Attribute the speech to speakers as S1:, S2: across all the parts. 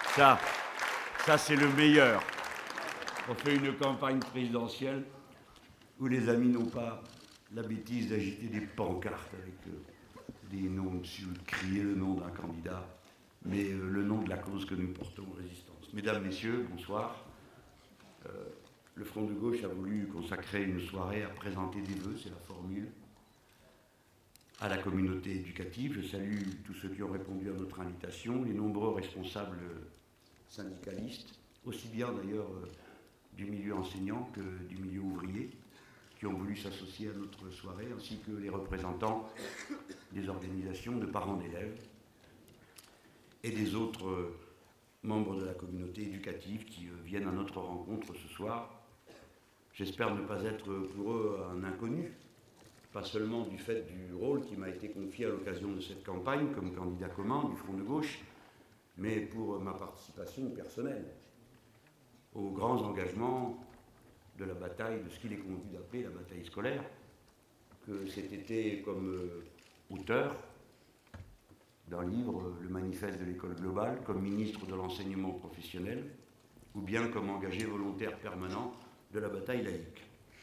S1: Ça, ça c'est le meilleur. On fait une campagne présidentielle où les amis n'ont pas la bêtise d'agiter des pancartes avec des noms dessus, de crier le nom d'un candidat, mais le nom de la cause que nous portons, Résistance. Mesdames, Messieurs, bonsoir. Le Front de gauche a voulu consacrer une soirée à présenter des vœux, c'est la formule, à la communauté éducative. Je salue tous ceux qui ont répondu à notre invitation, les nombreux responsables syndicalistes, aussi bien d'ailleurs du milieu enseignant que du milieu ouvrier, qui ont voulu s'associer à notre soirée, ainsi que les représentants des organisations de parents d'élèves et des autres membres de la communauté éducative qui viennent à notre rencontre ce soir. J'espère ne pas être pour eux un inconnu, pas seulement du fait du rôle qui m'a été confié à l'occasion de cette campagne comme candidat commun du Front de gauche, mais pour ma participation personnelle aux grands engagements de la bataille, de ce qu'il est convenu d'appeler la bataille scolaire, que cet été comme auteur d'un livre, le manifeste de l'école globale, comme ministre de l'enseignement professionnel, ou bien comme engagé volontaire permanent de la bataille laïque.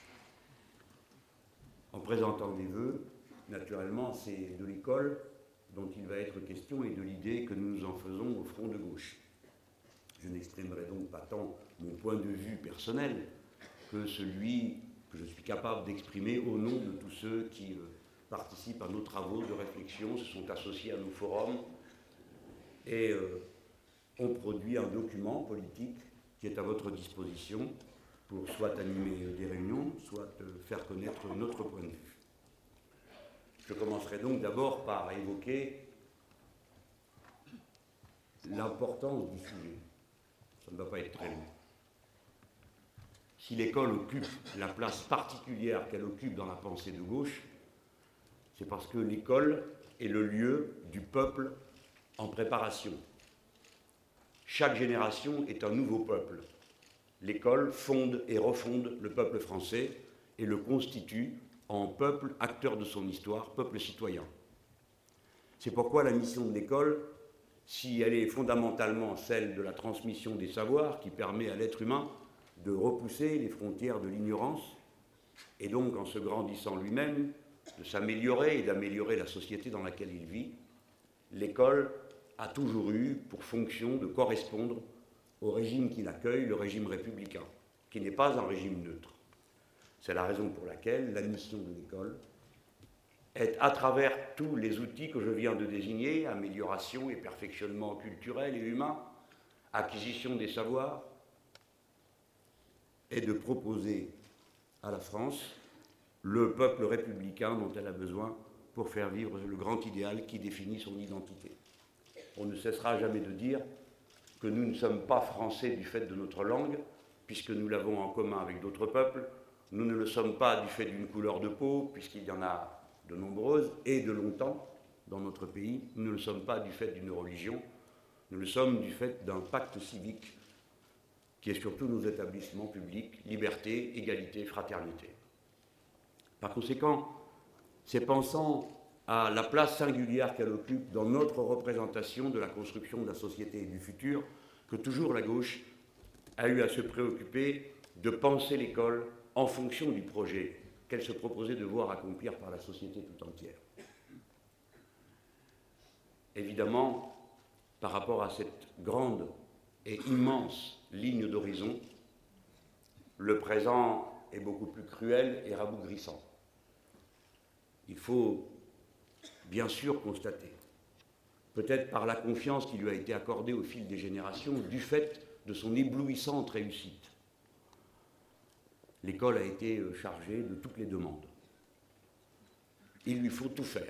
S1: En présentant des vœux, naturellement, c'est de l'école dont il va être question et de l'idée que nous nous en faisons au Front de gauche. Je n'exprimerai donc pas tant mon point de vue personnel que celui que je suis capable d'exprimer au nom de tous ceux qui participent à nos travaux de réflexion, se sont associés à nos forums et ont produit un document politique qui est à votre disposition pour soit animer des réunions, soit faire connaître notre point de vue. Je commencerai donc d'abord par évoquer l'importance du sujet. Ça ne va pas être très long. Si l'école occupe la place particulière qu'elle occupe dans la pensée de gauche, c'est parce que l'école est le lieu du peuple en préparation. Chaque génération est un nouveau peuple. L'école fonde et refonde le peuple français et le constitue en peuple acteur de son histoire, peuple citoyen. C'est pourquoi la mission de l'école, si elle est fondamentalement celle de la transmission des savoirs qui permet à l'être humain de repousser les frontières de l'ignorance et donc en se grandissant lui-même, de s'améliorer et d'améliorer la société dans laquelle il vit, l'école a toujours eu pour fonction de correspondre au régime qui l'accueille, le régime républicain, qui n'est pas un régime neutre. C'est la raison pour laquelle la mission de l'école est, à travers tous les outils que je viens de désigner, amélioration et perfectionnement culturel et humain, acquisition des savoirs, est de proposer à la France le peuple républicain dont elle a besoin pour faire vivre le grand idéal qui définit son identité. On ne cessera jamais de dire que nous ne sommes pas français du fait de notre langue, puisque nous l'avons en commun avec d'autres peuples. Nous ne le sommes pas du fait d'une couleur de peau, puisqu'il y en a de nombreuses et de longtemps dans notre pays. Nous ne le sommes pas du fait d'une religion. Nous le sommes du fait d'un pacte civique qui est surtout nos établissements publics, liberté, égalité, fraternité. Par conséquent, c'est pensant à la place singulière qu'elle occupe dans notre représentation de la construction de la société et du futur, que toujours la gauche a eu à se préoccuper de penser l'école en fonction du projet qu'elle se proposait de voir accomplir par la société tout entière. Évidemment, par rapport à cette grande et immense ligne d'horizon, le présent est beaucoup plus cruel et rabougrissant. Il faut bien sûr constater, peut-être par la confiance qui lui a été accordée au fil des générations, du fait de son éblouissante réussite. L'école a été chargée de toutes les demandes. Il lui faut tout faire.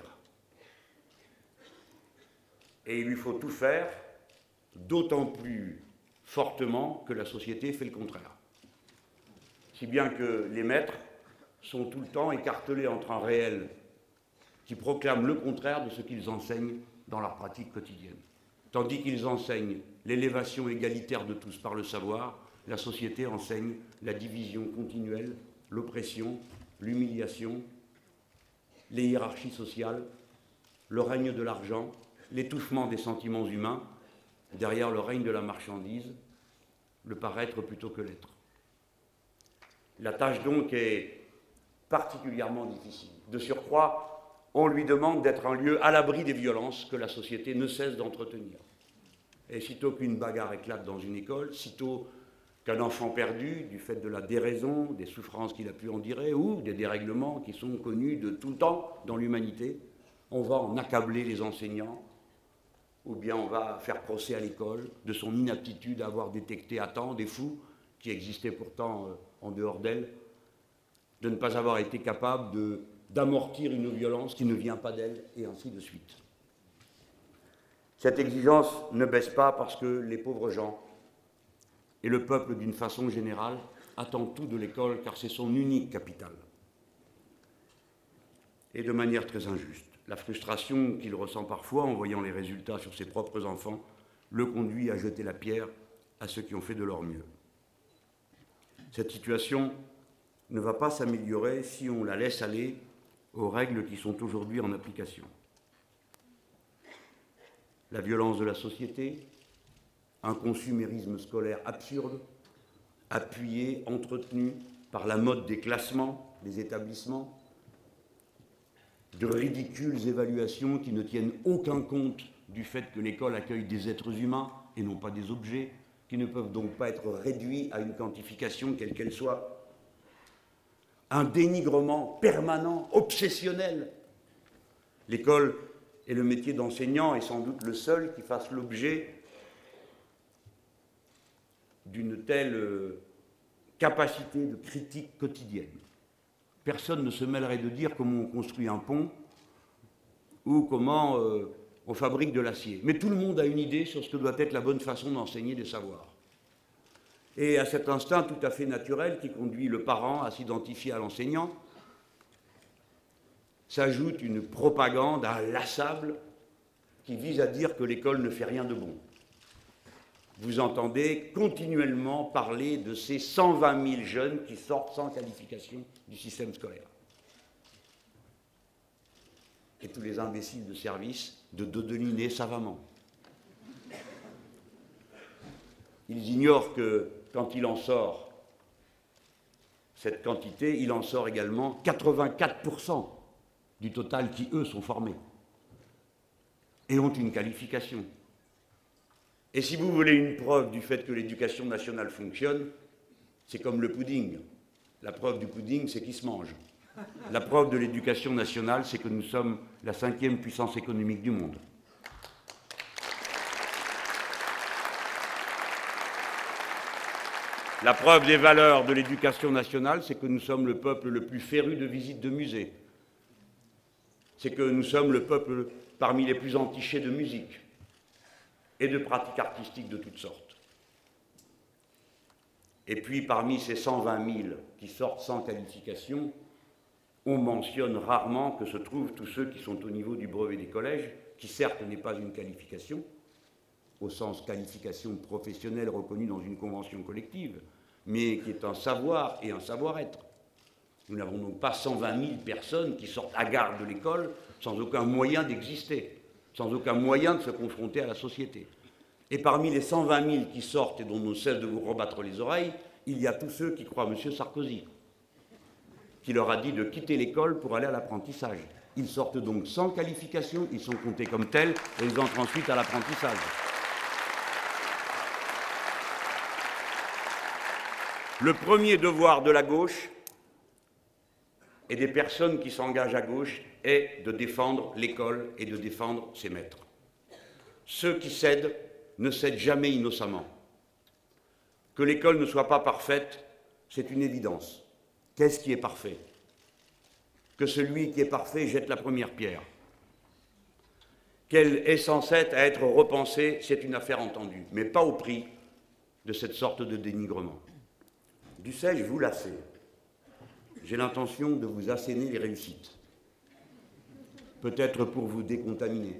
S1: Et il lui faut tout faire d'autant plus fortement que la société fait le contraire. Si bien que les maîtres sont tout le temps écartelés entre un réel qui proclament le contraire de ce qu'ils enseignent dans leur pratique quotidienne. Tandis qu'ils enseignent l'élévation égalitaire de tous par le savoir, la société enseigne la division continuelle, l'oppression, l'humiliation, les hiérarchies sociales, le règne de l'argent, l'étouffement des sentiments humains derrière le règne de la marchandise, le paraître plutôt que l'être. La tâche donc est particulièrement difficile. De surcroît, on lui demande d'être un lieu à l'abri des violences que la société ne cesse d'entretenir. Et sitôt qu'une bagarre éclate dans une école, sitôt qu'un enfant perdu, du fait de la déraison, des souffrances qu'il a pu endurer, ou des dérèglements qui sont connus de tout le temps dans l'humanité, on va en accabler les enseignants, ou bien on va faire procès à l'école de son inaptitude à avoir détecté à temps des fous qui existaient pourtant en dehors d'elle, de ne pas avoir été capable d'amortir une violence qui ne vient pas d'elle, et ainsi de suite. Cette exigence ne baisse pas parce que les pauvres gens et le peuple d'une façon générale attendent tout de l'école car c'est son unique capital. Et de manière très injuste. La frustration qu'il ressent parfois en voyant les résultats sur ses propres enfants le conduit à jeter la pierre à ceux qui ont fait de leur mieux. Cette situation ne va pas s'améliorer si on la laisse aller aux règles qui sont aujourd'hui en application. La violence de la société, un consumérisme scolaire absurde, appuyé, entretenu par la mode des classements des établissements, de ridicules évaluations qui ne tiennent aucun compte du fait que l'école accueille des êtres humains et non pas des objets, qui ne peuvent donc pas être réduits à une quantification quelle qu'elle soit. Un dénigrement permanent, obsessionnel. L'école et le métier d'enseignant est sans doute le seul qui fasse l'objet d'une telle capacité de critique quotidienne. Personne ne se mêlerait de dire comment on construit un pont ou comment on fabrique de l'acier. Mais tout le monde a une idée sur ce que doit être la bonne façon d'enseigner des savoirs. Et à cet instinct tout à fait naturel qui conduit le parent à s'identifier à l'enseignant, s'ajoute une propagande inlassable qui vise à dire que l'école ne fait rien de bon. Vous entendez continuellement parler de ces 120 000 jeunes qui sortent sans qualification du système scolaire. Et tous les imbéciles de service de dodeliner savamment. Ils ignorent que quand il en sort cette quantité, il en sort également 84% du total qui, eux, sont formés et ont une qualification. Et si vous voulez une preuve du fait que l'éducation nationale fonctionne, c'est comme le pudding. La preuve du pudding, c'est qu'il se mange. La preuve de l'éducation nationale, c'est que nous sommes la 5e puissance économique du monde. La preuve des valeurs de l'éducation nationale, c'est que nous sommes le peuple le plus féru de visites de musées. C'est que nous sommes le peuple parmi les plus entichés de musique et de pratiques artistiques de toutes sortes. Et puis, parmi ces 120 000 qui sortent sans qualification, on mentionne rarement que se trouvent tous ceux qui sont au niveau du brevet des collèges, qui certes n'est pas une qualification, au sens qualification professionnelle reconnue dans une convention collective, mais qui est un savoir et un savoir-être. Nous n'avons donc pas 120 000 personnes qui sortent hagardes de l'école sans aucun moyen d'exister, sans aucun moyen de se confronter à la société. Et parmi les 120 000 qui sortent et dont on ne cesse de vous rebattre les oreilles, il y a tous ceux qui croient M. Sarkozy, qui leur a dit de quitter l'école pour aller à l'apprentissage. Ils sortent donc sans qualification, ils sont comptés comme tels et ils entrent ensuite à l'apprentissage. Le premier devoir de la gauche et des personnes qui s'engagent à gauche est de défendre l'école et de défendre ses maîtres. Ceux qui cèdent ne cèdent jamais innocemment. Que l'école ne soit pas parfaite, c'est une évidence. Qu'est-ce qui est parfait? Que celui qui est parfait jette la première pierre. Qu'elle est censée être repensée, c'est une affaire entendue, mais pas au prix de cette sorte de dénigrement. Dussé-je vous lasser? J'ai l'intention de vous asséner les réussites, peut-être pour vous décontaminer.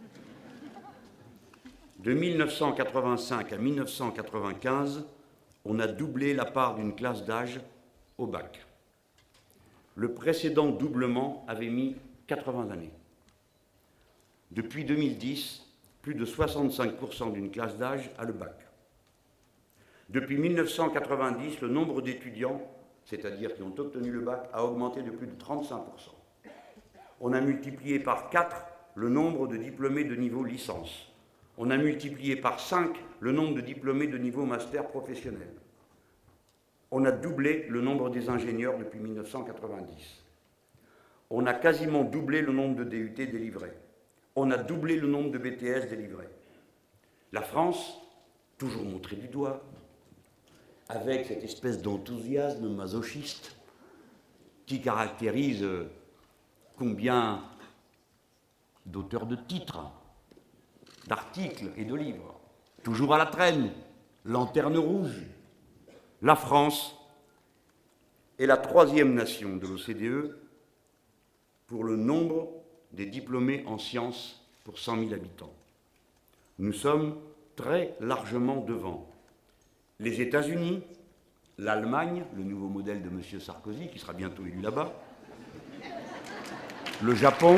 S1: De 1985 à 1995, on a doublé la part d'une classe d'âge au bac. Le précédent doublement avait mis 80 années. Depuis 2010, plus de 65% d'une classe d'âge a le bac. Depuis 1990, le nombre d'étudiants, c'est-à-dire qui ont obtenu le bac, a augmenté de plus de 35%. On a multiplié par 4 le nombre de diplômés de niveau licence. On a multiplié par 5 le nombre de diplômés de niveau master professionnel. On a doublé le nombre des ingénieurs depuis 1990. On a quasiment doublé le nombre de DUT délivrés. On a doublé le nombre de BTS délivrés. La France, toujours montrée du doigt, avec cette espèce d'enthousiasme masochiste qui caractérise combien d'auteurs de titres, d'articles et de livres, toujours à la traîne, lanterne rouge. La France est la 3e nation de l'OCDE pour le nombre des diplômés en sciences pour 100 000 habitants. Nous sommes très largement devant les États-Unis, l'Allemagne, le nouveau modèle de M. Sarkozy, qui sera bientôt élu là-bas, le Japon,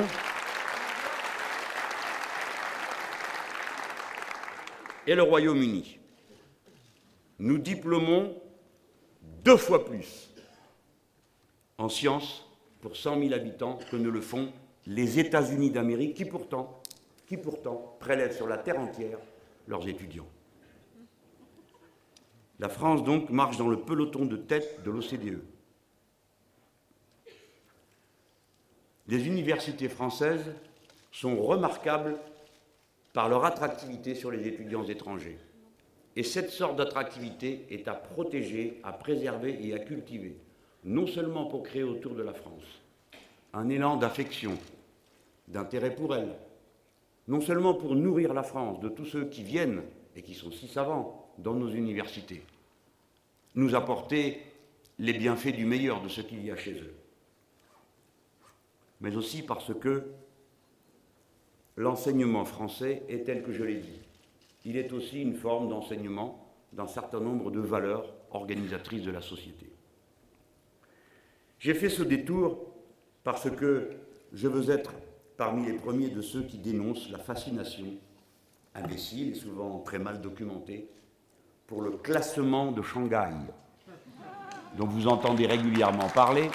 S1: et le Royaume-Uni. Nous diplômons 2 fois plus en sciences pour 100 000 habitants que ne le font les États-Unis d'Amérique, qui pourtant prélèvent sur la terre entière leurs étudiants. La France, donc, marche dans le peloton de tête de l'OCDE. Les universités françaises sont remarquables par leur attractivité sur les étudiants étrangers. Et cette sorte d'attractivité est à protéger, à préserver et à cultiver, non seulement pour créer autour de la France un élan d'affection, d'intérêt pour elle, non seulement pour nourrir la France de tous ceux qui viennent et qui sont si savants dans nos universités, nous apporter les bienfaits du meilleur de ce qu'il y a chez eux, mais aussi parce que l'enseignement français est tel que je l'ai dit. Il est aussi une forme d'enseignement d'un certain nombre de valeurs organisatrices de la société. J'ai fait ce détour parce que je veux être parmi les premiers de ceux qui dénoncent la fascination, imbécile et souvent très mal documentée, pour le classement de Shanghai, dont vous entendez régulièrement parler,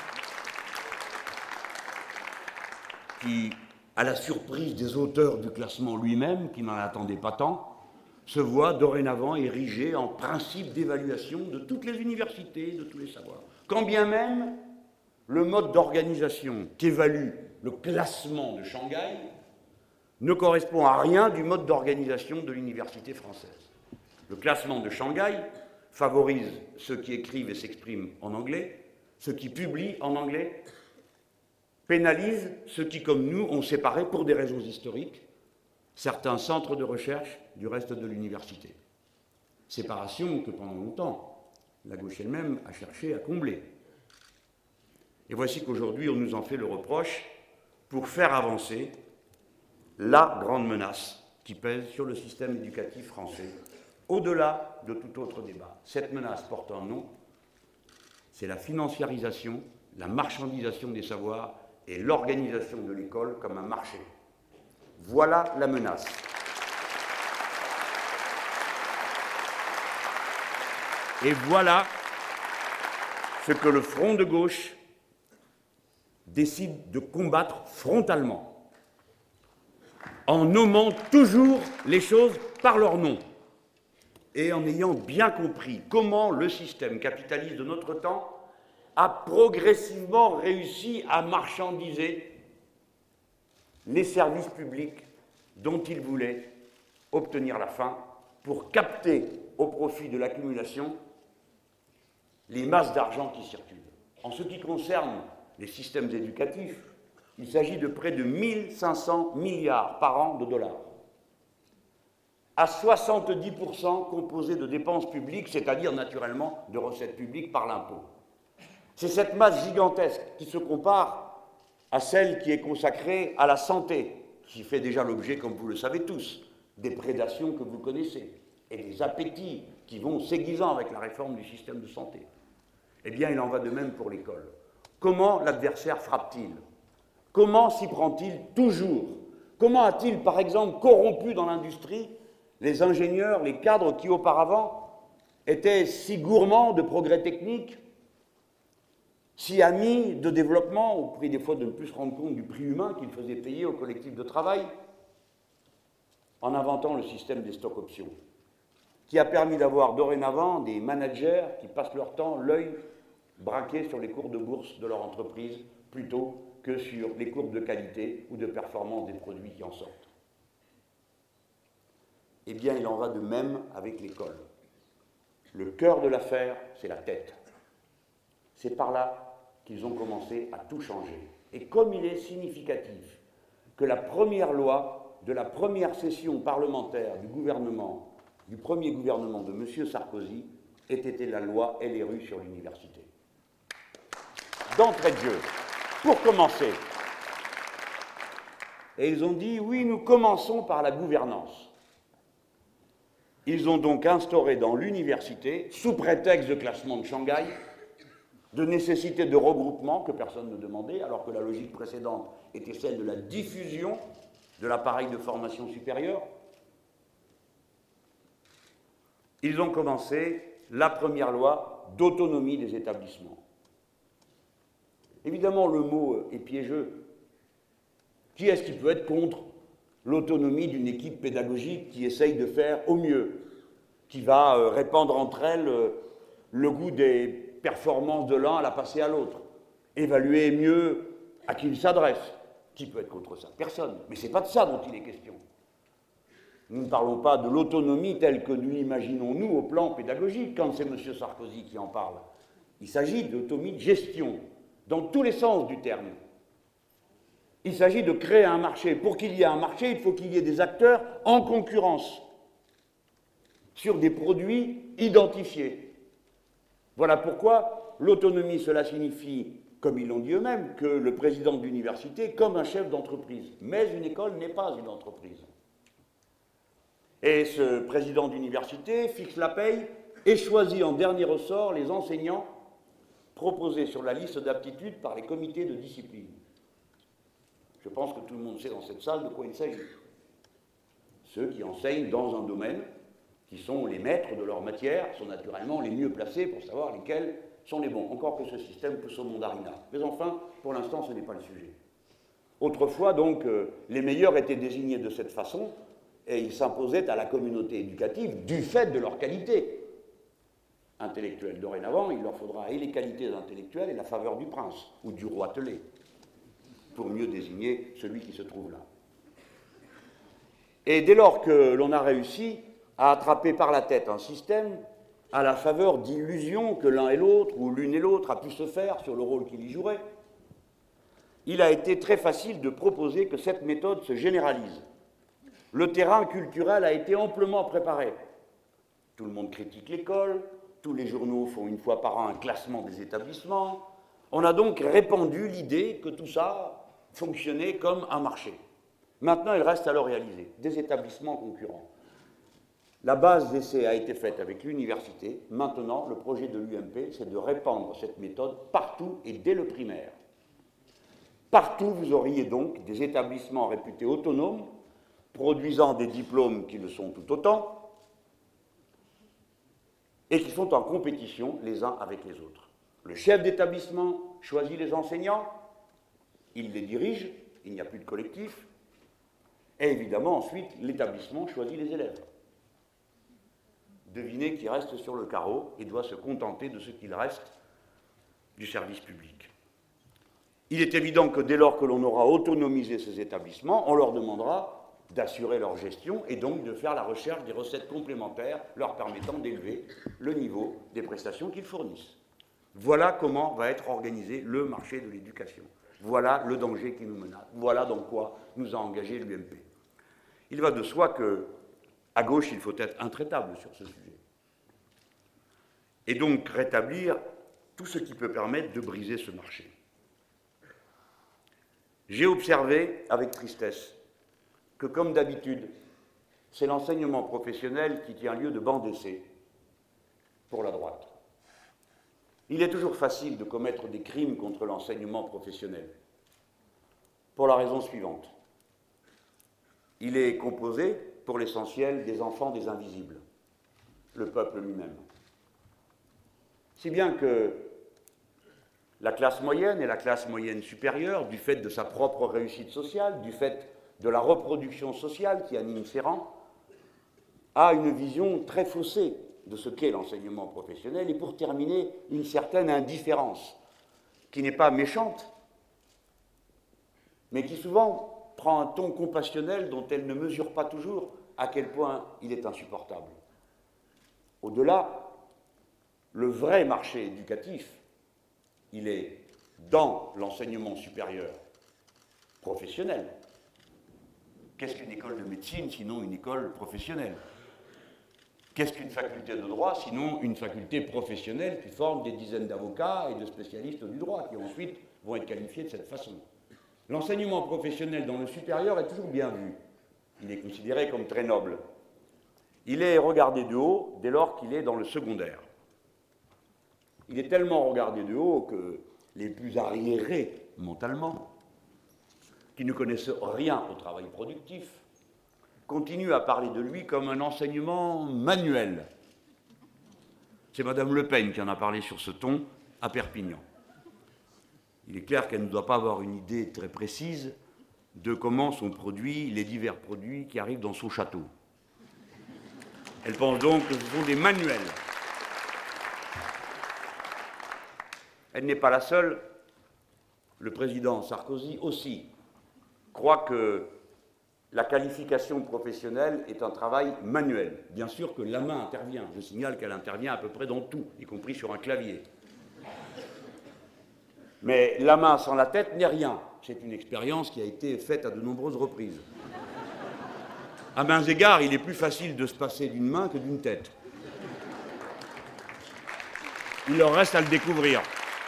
S1: qui, à la surprise des auteurs du classement lui-même, qui n'en attendaient pas tant, se voit dorénavant érigé en principe d'évaluation de toutes les universités, de tous les savoirs. Quand bien même le mode d'organisation qu'évalue le classement de Shanghai ne correspond à rien du mode d'organisation de l'université française. Le classement de Shanghai favorise ceux qui écrivent et s'expriment en anglais, ceux qui publient en anglais, pénalise ceux qui, comme nous, ont séparé, pour des raisons historiques, certains centres de recherche du reste de l'université. Séparation que pendant longtemps, la gauche elle-même a cherché à combler. Et voici qu'aujourd'hui, on nous en fait le reproche pour faire avancer la grande menace qui pèse sur le système éducatif français, au-delà de tout autre débat. Cette menace porte un nom, c'est la financiarisation, la marchandisation des savoirs et l'organisation de l'école comme un marché. Voilà la menace. Et voilà ce que le front de gauche décide de combattre frontalement, en nommant toujours les choses par leur nom, et en ayant bien compris comment le système capitaliste de notre temps a progressivement réussi à marchandiser les services publics dont il voulait obtenir la fin pour capter au profit de l'accumulation les masses d'argent qui circulent. En ce qui concerne les systèmes éducatifs, il s'agit de près de 1500 milliards par an de dollars, à 70% composés de dépenses publiques, c'est-à-dire naturellement de recettes publiques par l'impôt. C'est cette masse gigantesque qui se compare à celle qui est consacrée à la santé, qui fait déjà l'objet, comme vous le savez tous, des prédations que vous connaissez et des appétits qui vont s'aiguisant avec la réforme du système de santé. Eh bien, il en va de même pour l'école. Comment l'adversaire frappe-t-il? Comment s'y prend-il toujours? Comment a-t-il, par exemple, corrompu dans l'industrie les ingénieurs, les cadres qui auparavant étaient si gourmands de progrès techniques, si amis de développement, au prix des fois de ne plus se rendre compte du prix humain qu'ils faisaient payer au collectif de travail, en inventant le système des stock options, qui a permis d'avoir dorénavant des managers qui passent leur temps l'œil braqué sur les cours de bourse de leur entreprise plutôt que sur les courbes de qualité ou de performance des produits qui en sortent. Eh bien, il en va de même avec l'école. Le cœur de l'affaire, c'est la tête. C'est par là qu'ils ont commencé à tout changer. Et comme il est significatif que la première loi de la première session parlementaire du gouvernement, du premier gouvernement de M. Sarkozy, ait été la loi LRU sur l'université. D'entrée de jeu, pour commencer. Et ils ont dit, oui, nous commençons par la gouvernance. Ils ont donc instauré dans l'université, sous prétexte de classement de Shanghai, de nécessité de regroupement que personne ne demandait, alors que la logique précédente était celle de la diffusion de l'appareil de formation supérieure. Ils ont commencé la première loi d'autonomie des établissements. Évidemment, le mot est piégeux. Qui est-ce qui peut être contre l'autonomie d'une équipe pédagogique qui essaye de faire au mieux, qui va répandre entre elles le goût des performances de l'un à la passer à l'autre, évaluer mieux à qui il s'adresse? Qui peut être contre ça? Personne. Mais ce n'est pas de ça dont il est question. Nous ne parlons pas de l'autonomie telle que nous l'imaginons, nous, au plan pédagogique, quand c'est M. Sarkozy qui en parle. Il s'agit d'autonomie de gestion, dans tous les sens du terme. Il s'agit de créer un marché. Pour qu'il y ait un marché, il faut qu'il y ait des acteurs en concurrence sur des produits identifiés. Voilà pourquoi l'autonomie, cela signifie, comme ils l'ont dit eux-mêmes, que le président de l'université comme un chef d'entreprise. Mais une école n'est pas une entreprise. Et ce président d'université fixe la paye et choisit en dernier ressort les enseignants proposés sur la liste d'aptitude par les comités de discipline. Je pense que tout le monde sait dans cette salle de quoi il s'agit. Ceux qui enseignent dans un domaine, qui sont les maîtres de leur matière, sont naturellement les mieux placés pour savoir lesquels sont les bons. Encore que ce système pousse au mandarinat. Mais enfin, pour l'instant, ce n'est pas le sujet. Autrefois, donc, les meilleurs étaient désignés de cette façon et ils s'imposaient à la communauté éducative du fait de leur qualité intellectuelle. Dorénavant, il leur faudra et les qualités intellectuelles et la faveur du prince ou du roi telé pour mieux désigner celui qui se trouve là. Et dès lors que l'on a réussi à attraper par la tête un système à la faveur d'illusions que l'un et l'autre, ou l'une et l'autre, a pu se faire sur le rôle qu'il y jouerait, il a été très facile de proposer que cette méthode se généralise. Le terrain culturel a été amplement préparé. Tout le monde critique l'école, tous les journaux font une fois par an un classement des établissements. On a donc répandu l'idée que tout ça fonctionnait comme un marché. Maintenant, il reste à le réaliser, des établissements concurrents. La base d'essai a été faite avec l'université. Maintenant, le projet de l'UMP, c'est de répandre cette méthode partout et dès le primaire. Partout, vous auriez donc des établissements réputés autonomes, produisant des diplômes qui le sont tout autant, et qui sont en compétition les uns avec les autres. Le chef d'établissement choisit les enseignants, il les dirige, il n'y a plus de collectif, et évidemment, ensuite, l'établissement choisit les élèves. Devinez qui reste sur le carreau et doit se contenter de ce qu'il reste du service public. Il est évident que dès lors que l'on aura autonomisé ces établissements, on leur demandera d'assurer leur gestion et donc de faire la recherche des recettes complémentaires leur permettant d'élever le niveau des prestations qu'ils fournissent. Voilà comment va être organisé le marché de l'éducation. Voilà le danger qui nous menace. Voilà dans quoi nous a engagé l'UMP. Il va de soi qu'à gauche, il faut être intraitable sur ce sujet. Et donc rétablir tout ce qui peut permettre de briser ce marché. J'ai observé avec tristesse que, comme d'habitude, c'est l'enseignement professionnel qui tient lieu de banc d'essai pour la droite. Il est toujours facile de commettre des crimes contre l'enseignement professionnel, pour la raison suivante. il est composé, pour l'essentiel, des enfants des invisibles, le peuple lui-même. Si bien que la classe moyenne et la classe moyenne supérieure, du fait de sa propre réussite sociale, du fait de la reproduction sociale qui anime ses rangs, a une vision très faussée de ce qu'est l'enseignement professionnel, et pour terminer, une certaine indifférence, qui n'est pas méchante, mais qui souvent prend un ton compassionnel dont elle ne mesure pas toujours à quel point il est insupportable. Au-delà, le vrai marché éducatif, il est dans l'enseignement supérieur professionnel. Qu'est-ce qu'une école de médecine sinon une école professionnelle? Qu'est-ce qu'une faculté de droit sinon une faculté professionnelle qui forme des dizaines d'avocats et de spécialistes du droit qui ensuite vont être qualifiés de cette façon? L'enseignement professionnel dans le supérieur est toujours bien vu. Il est considéré comme très noble. Il est regardé de haut dès lors qu'il est dans le secondaire. Il est tellement regardé de haut que les plus arriérés mentalement, qui ne connaissent rien au travail productif, continuent à parler de lui comme un enseignement manuel. C'est Madame Le Pen qui en a parlé sur ce ton à Perpignan. Il est clair qu'elle ne doit pas avoir une idée très précise de comment sont produits les divers produits qui arrivent dans son château. Elle pense donc que ce sont des manuels. Elle n'est pas la seule. Le président Sarkozy aussi croit que la qualification professionnelle est un travail manuel. Bien sûr que la main intervient. Je signale qu'elle intervient à peu près dans tout, y compris sur un clavier. Mais la main sans la tête n'est rien. C'est une expérience qui a été faite à de nombreuses reprises. À mains égards, il est plus facile de se passer d'une main que d'une tête. Il leur reste à le découvrir.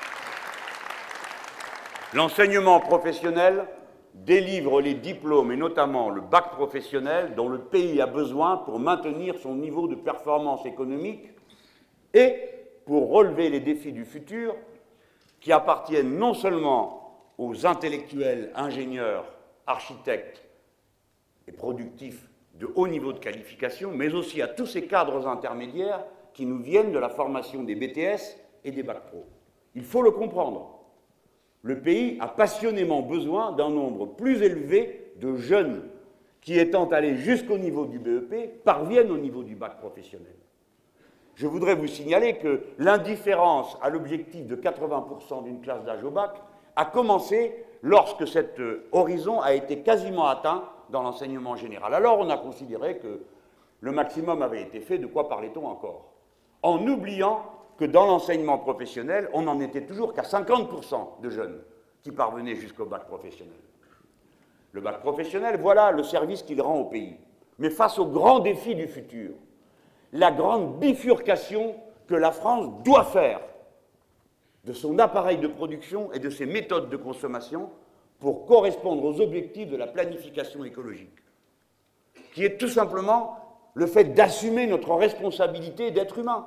S1: L'enseignement professionnel délivre les diplômes, et notamment le bac professionnel, dont le pays a besoin pour maintenir son niveau de performance économique et pour relever les défis du futur qui appartiennent non seulement aux intellectuels, ingénieurs, architectes et productifs de haut niveau de qualification, mais aussi à tous ces cadres intermédiaires qui nous viennent de la formation des BTS et des bacs pro. Il faut le comprendre. Le pays a passionnément besoin d'un nombre plus élevé de jeunes qui, étant allés jusqu'au niveau du BEP, parviennent au niveau du bac professionnel. Je voudrais vous signaler que l'indifférence à l'objectif de 80% d'une classe d'âge au bac a commencé lorsque cet horizon a été quasiment atteint dans l'enseignement général. Alors on a considéré que le maximum avait été fait, de quoi parlait-on encore? En oubliant que dans l'enseignement professionnel, on n'en était toujours qu'à 50% de jeunes qui parvenaient jusqu'au bac professionnel. Le bac professionnel, voilà le service qu'il rend au pays. Mais face aux grands défis du futur, la grande bifurcation que la France doit faire de son appareil de production et de ses méthodes de consommation pour correspondre aux objectifs de la planification écologique, qui est tout simplement le fait d'assumer notre responsabilité d'être humain.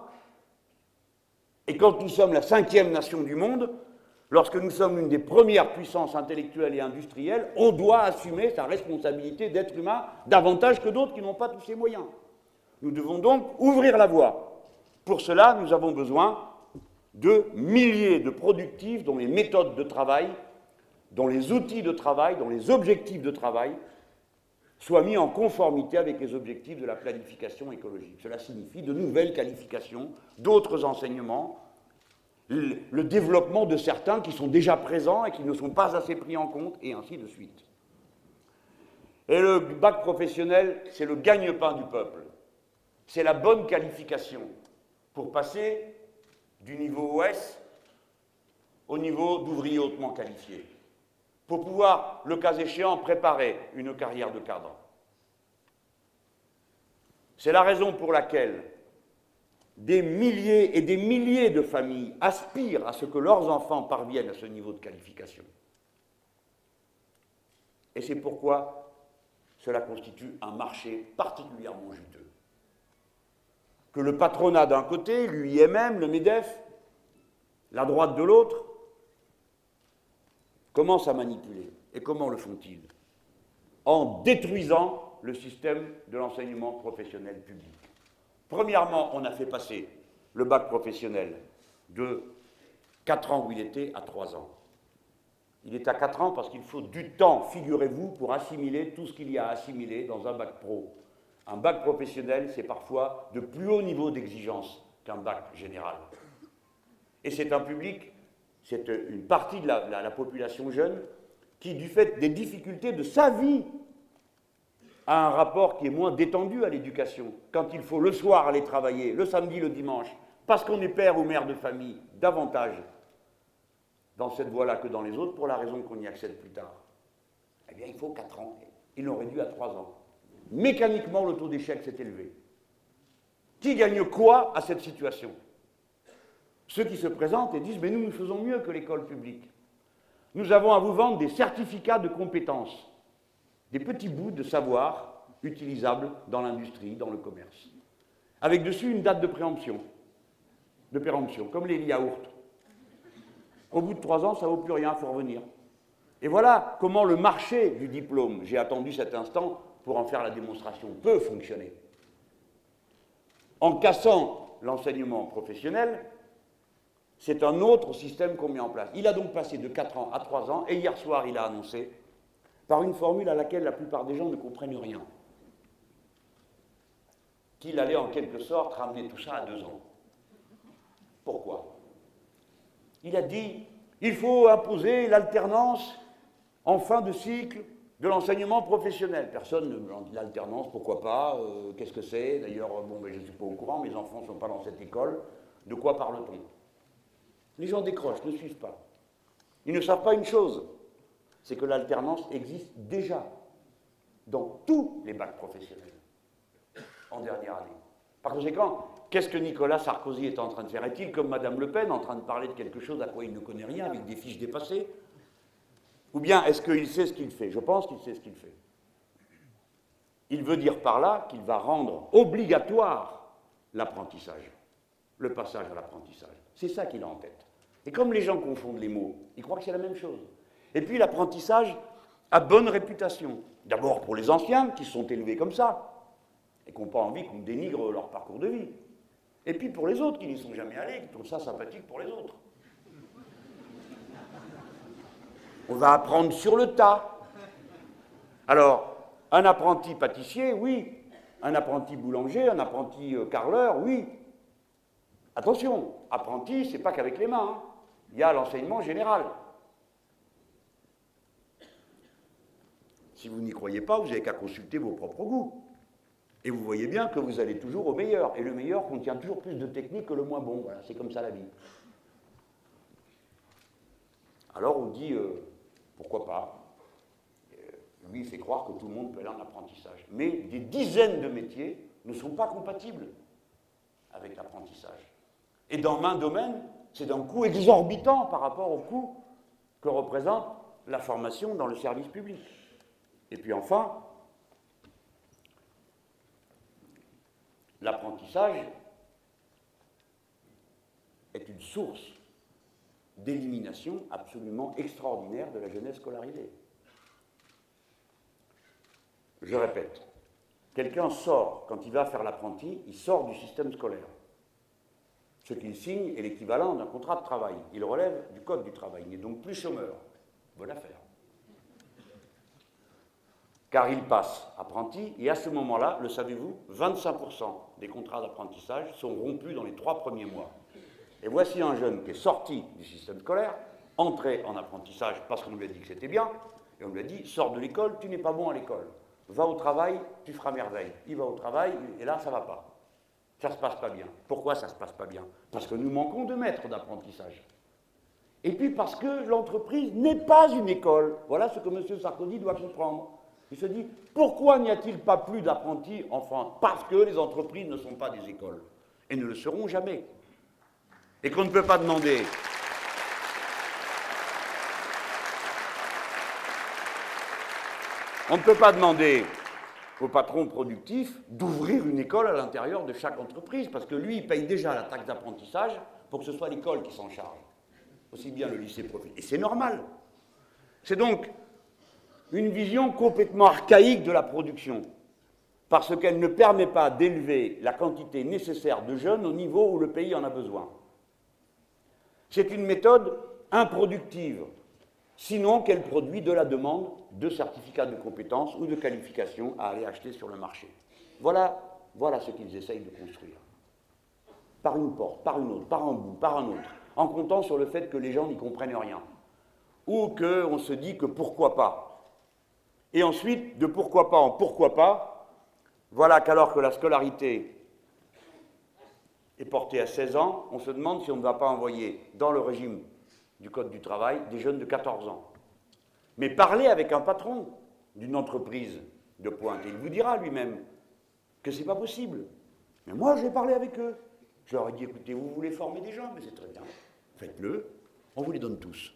S1: Et quand nous sommes la 5e nation du monde, lorsque nous sommes une des premières puissances intellectuelles et industrielles, on doit assumer sa responsabilité d'être humain davantage que d'autres qui n'ont pas tous ces moyens. Nous devons donc ouvrir la voie. Pour cela, nous avons besoin de milliers de productifs dont les méthodes de travail, dont les outils de travail, dont les objectifs de travail soient mis en conformité avec les objectifs de la planification écologique. Cela signifie de nouvelles qualifications, d'autres enseignements, le développement de certains qui sont déjà présents et qui ne sont pas assez pris en compte, et ainsi de suite. Et le bac professionnel, c'est le gagne-pain du peuple. C'est la bonne qualification pour passer du niveau OS au niveau d'ouvrier hautement qualifié, pour pouvoir, le cas échéant, préparer une carrière de cadre. C'est la raison pour laquelle des milliers et des milliers de familles aspirent à ce que leurs enfants parviennent à ce niveau de qualification. Et c'est pourquoi cela constitue un marché particulièrement juteux. Que le patronat d'un côté, l'UIMM, le MEDEF, la droite de l'autre, commencent à manipuler. Et comment le font-ils? En détruisant le système de l'enseignement professionnel public. Premièrement, on a fait passer le bac professionnel de 4 ans où il était à 3 ans. Il est à 4 ans parce qu'il faut du temps, figurez-vous, pour assimiler tout ce qu'il y a à assimiler dans un bac pro. Un bac professionnel, c'est parfois de plus haut niveau d'exigence qu'un bac général. Et c'est un public, c'est une partie de la population jeune qui, du fait des difficultés de sa vie, a un rapport qui est moins détendu à l'éducation. Quand il faut le soir aller travailler, le samedi, le dimanche, parce qu'on est père ou mère de famille, davantage dans cette voie-là que dans les autres, pour la raison qu'on y accède plus tard. Eh bien, il faut 4 ans. Ils l'ont réduit à 3 ans. Mécaniquement, le taux d'échec s'est élevé. Qui gagne quoi à cette situation? Ceux qui se présentent et disent « mais nous faisons mieux que l'école publique. Nous avons à vous vendre des certificats de compétences, des petits bouts de savoir utilisables dans l'industrie, dans le commerce, avec dessus une date de péremption, comme les yaourts. Au bout de 3 ans, ça ne vaut plus rien, il faut revenir. » Et voilà comment le marché du diplôme, j'ai attendu cet instant pour en faire la démonstration, peut fonctionner. En cassant l'enseignement professionnel, c'est un autre système qu'on met en place. Il a donc passé de 4 ans à 3 ans, et hier soir, il a annoncé, par une formule à laquelle la plupart des gens ne comprennent rien, qu'il allait en quelque sorte ramener tout ça à 2 ans. Pourquoi? Il a dit, il faut imposer l'alternance en fin de cycle de l'enseignement professionnel. Personne ne me dit l'alternance, pourquoi pas, qu'est-ce que c'est? D'ailleurs, bon, je ne suis pas au courant, mes enfants ne sont pas dans cette école. De quoi parle-t-on? Les gens décrochent, ne suivent pas. Ils ne savent pas une chose, c'est que l'alternance existe déjà dans tous les bacs professionnels en dernière année. Par conséquent, qu'est-ce que Nicolas Sarkozy est en train de faire? Est-il comme Madame Le Pen, en train de parler de quelque chose à quoi il ne connaît rien, avec des fiches dépassées? Ou bien est-ce qu'il sait ce qu'il fait? Je pense qu'il sait ce qu'il fait. Il veut dire par là qu'il va rendre obligatoire l'apprentissage, le passage à l'apprentissage. C'est ça qu'il a en tête. Et comme les gens confondent les mots, ils croient que c'est la même chose. Et puis l'apprentissage a bonne réputation. D'abord pour les anciens qui sont élevés comme ça et qui n'ont pas envie qu'on dénigre leur parcours de vie. Et puis pour les autres qui n'y sont jamais allés, qui trouvent ça sympathique pour les autres. On va apprendre sur le tas. Alors, un apprenti pâtissier, oui. Un apprenti boulanger, un apprenti carreleur, oui. Attention, apprenti, c'est pas qu'avec les mains. Hein. Il y a l'enseignement général. Si vous n'y croyez pas, vous n'avez qu'à consulter vos propres goûts. Et vous voyez bien que vous allez toujours au meilleur. Et le meilleur contient toujours plus de technique que le moins bon. Voilà, c'est comme ça la vie. Alors on dit, pourquoi pas? Lui, il fait croire que tout le monde peut aller en apprentissage. Mais des dizaines de métiers ne sont pas compatibles avec l'apprentissage. Et dans main domaine, c'est d'un coût exorbitant par rapport au coût que représente la formation dans le service public. Et puis enfin, l'apprentissage est une source d'élimination absolument extraordinaire de la jeunesse scolarisée. Je répète, quelqu'un sort, quand il va faire l'apprenti, il sort du système scolaire. Ce qu'il signe est l'équivalent d'un contrat de travail. Il relève du code du travail, il n'est donc plus chômeur. Bonne affaire. Car il passe apprenti, et à ce moment-là, le savez-vous, 25% des contrats d'apprentissage sont rompus dans les 3 premiers mois. Et voici un jeune qui est sorti du système scolaire, entré en apprentissage parce qu'on lui a dit que c'était bien, et on lui a dit, sors de l'école, tu n'es pas bon à l'école. Va au travail, tu feras merveille. Il va au travail, et là, ça ne va pas. Ça ne se passe pas bien. Pourquoi ça ne se passe pas bien? Parce que nous manquons de maîtres d'apprentissage. Et puis parce que l'entreprise n'est pas une école. Voilà ce que M. Sarkozy doit comprendre. Il se dit, pourquoi n'y a-t-il pas plus d'apprentis en France? Parce que les entreprises ne sont pas des écoles. Et ne le seront jamais. Et qu'on ne peut pas demander... On ne peut pas demander au patron productif d'ouvrir une école à l'intérieur de chaque entreprise, parce que lui, il paye déjà la taxe d'apprentissage pour que ce soit l'école qui s'en charge, aussi bien le lycée professionnel. Et c'est normal. C'est donc une vision complètement archaïque de la production. parce qu'elle ne permet pas d'élever la quantité nécessaire de jeunes au niveau où le pays en a besoin. C'est une méthode improductive, sinon qu'elle produit de la demande de certificats de compétences ou de qualifications à aller acheter sur le marché. Voilà ce qu'ils essayent de construire. Par une porte, par une autre, par un bout, par un autre, en comptant sur le fait que les gens n'y comprennent rien, ou qu'on se dit que pourquoi pas. Et ensuite, de pourquoi pas en pourquoi pas, voilà qu'alors que la scolarité est portée à 16 ans, on se demande si on ne va pas envoyer dans le régime du Code du travail des jeunes de 14 ans. Mais parlez avec un patron d'une entreprise de pointe, et il vous dira lui-même que ce n'est pas possible. Mais moi, j'ai parlé avec eux. Je leur ai dit, écoutez, vous voulez former des gens, mais c'est très bien. Faites-le, on vous les donne tous.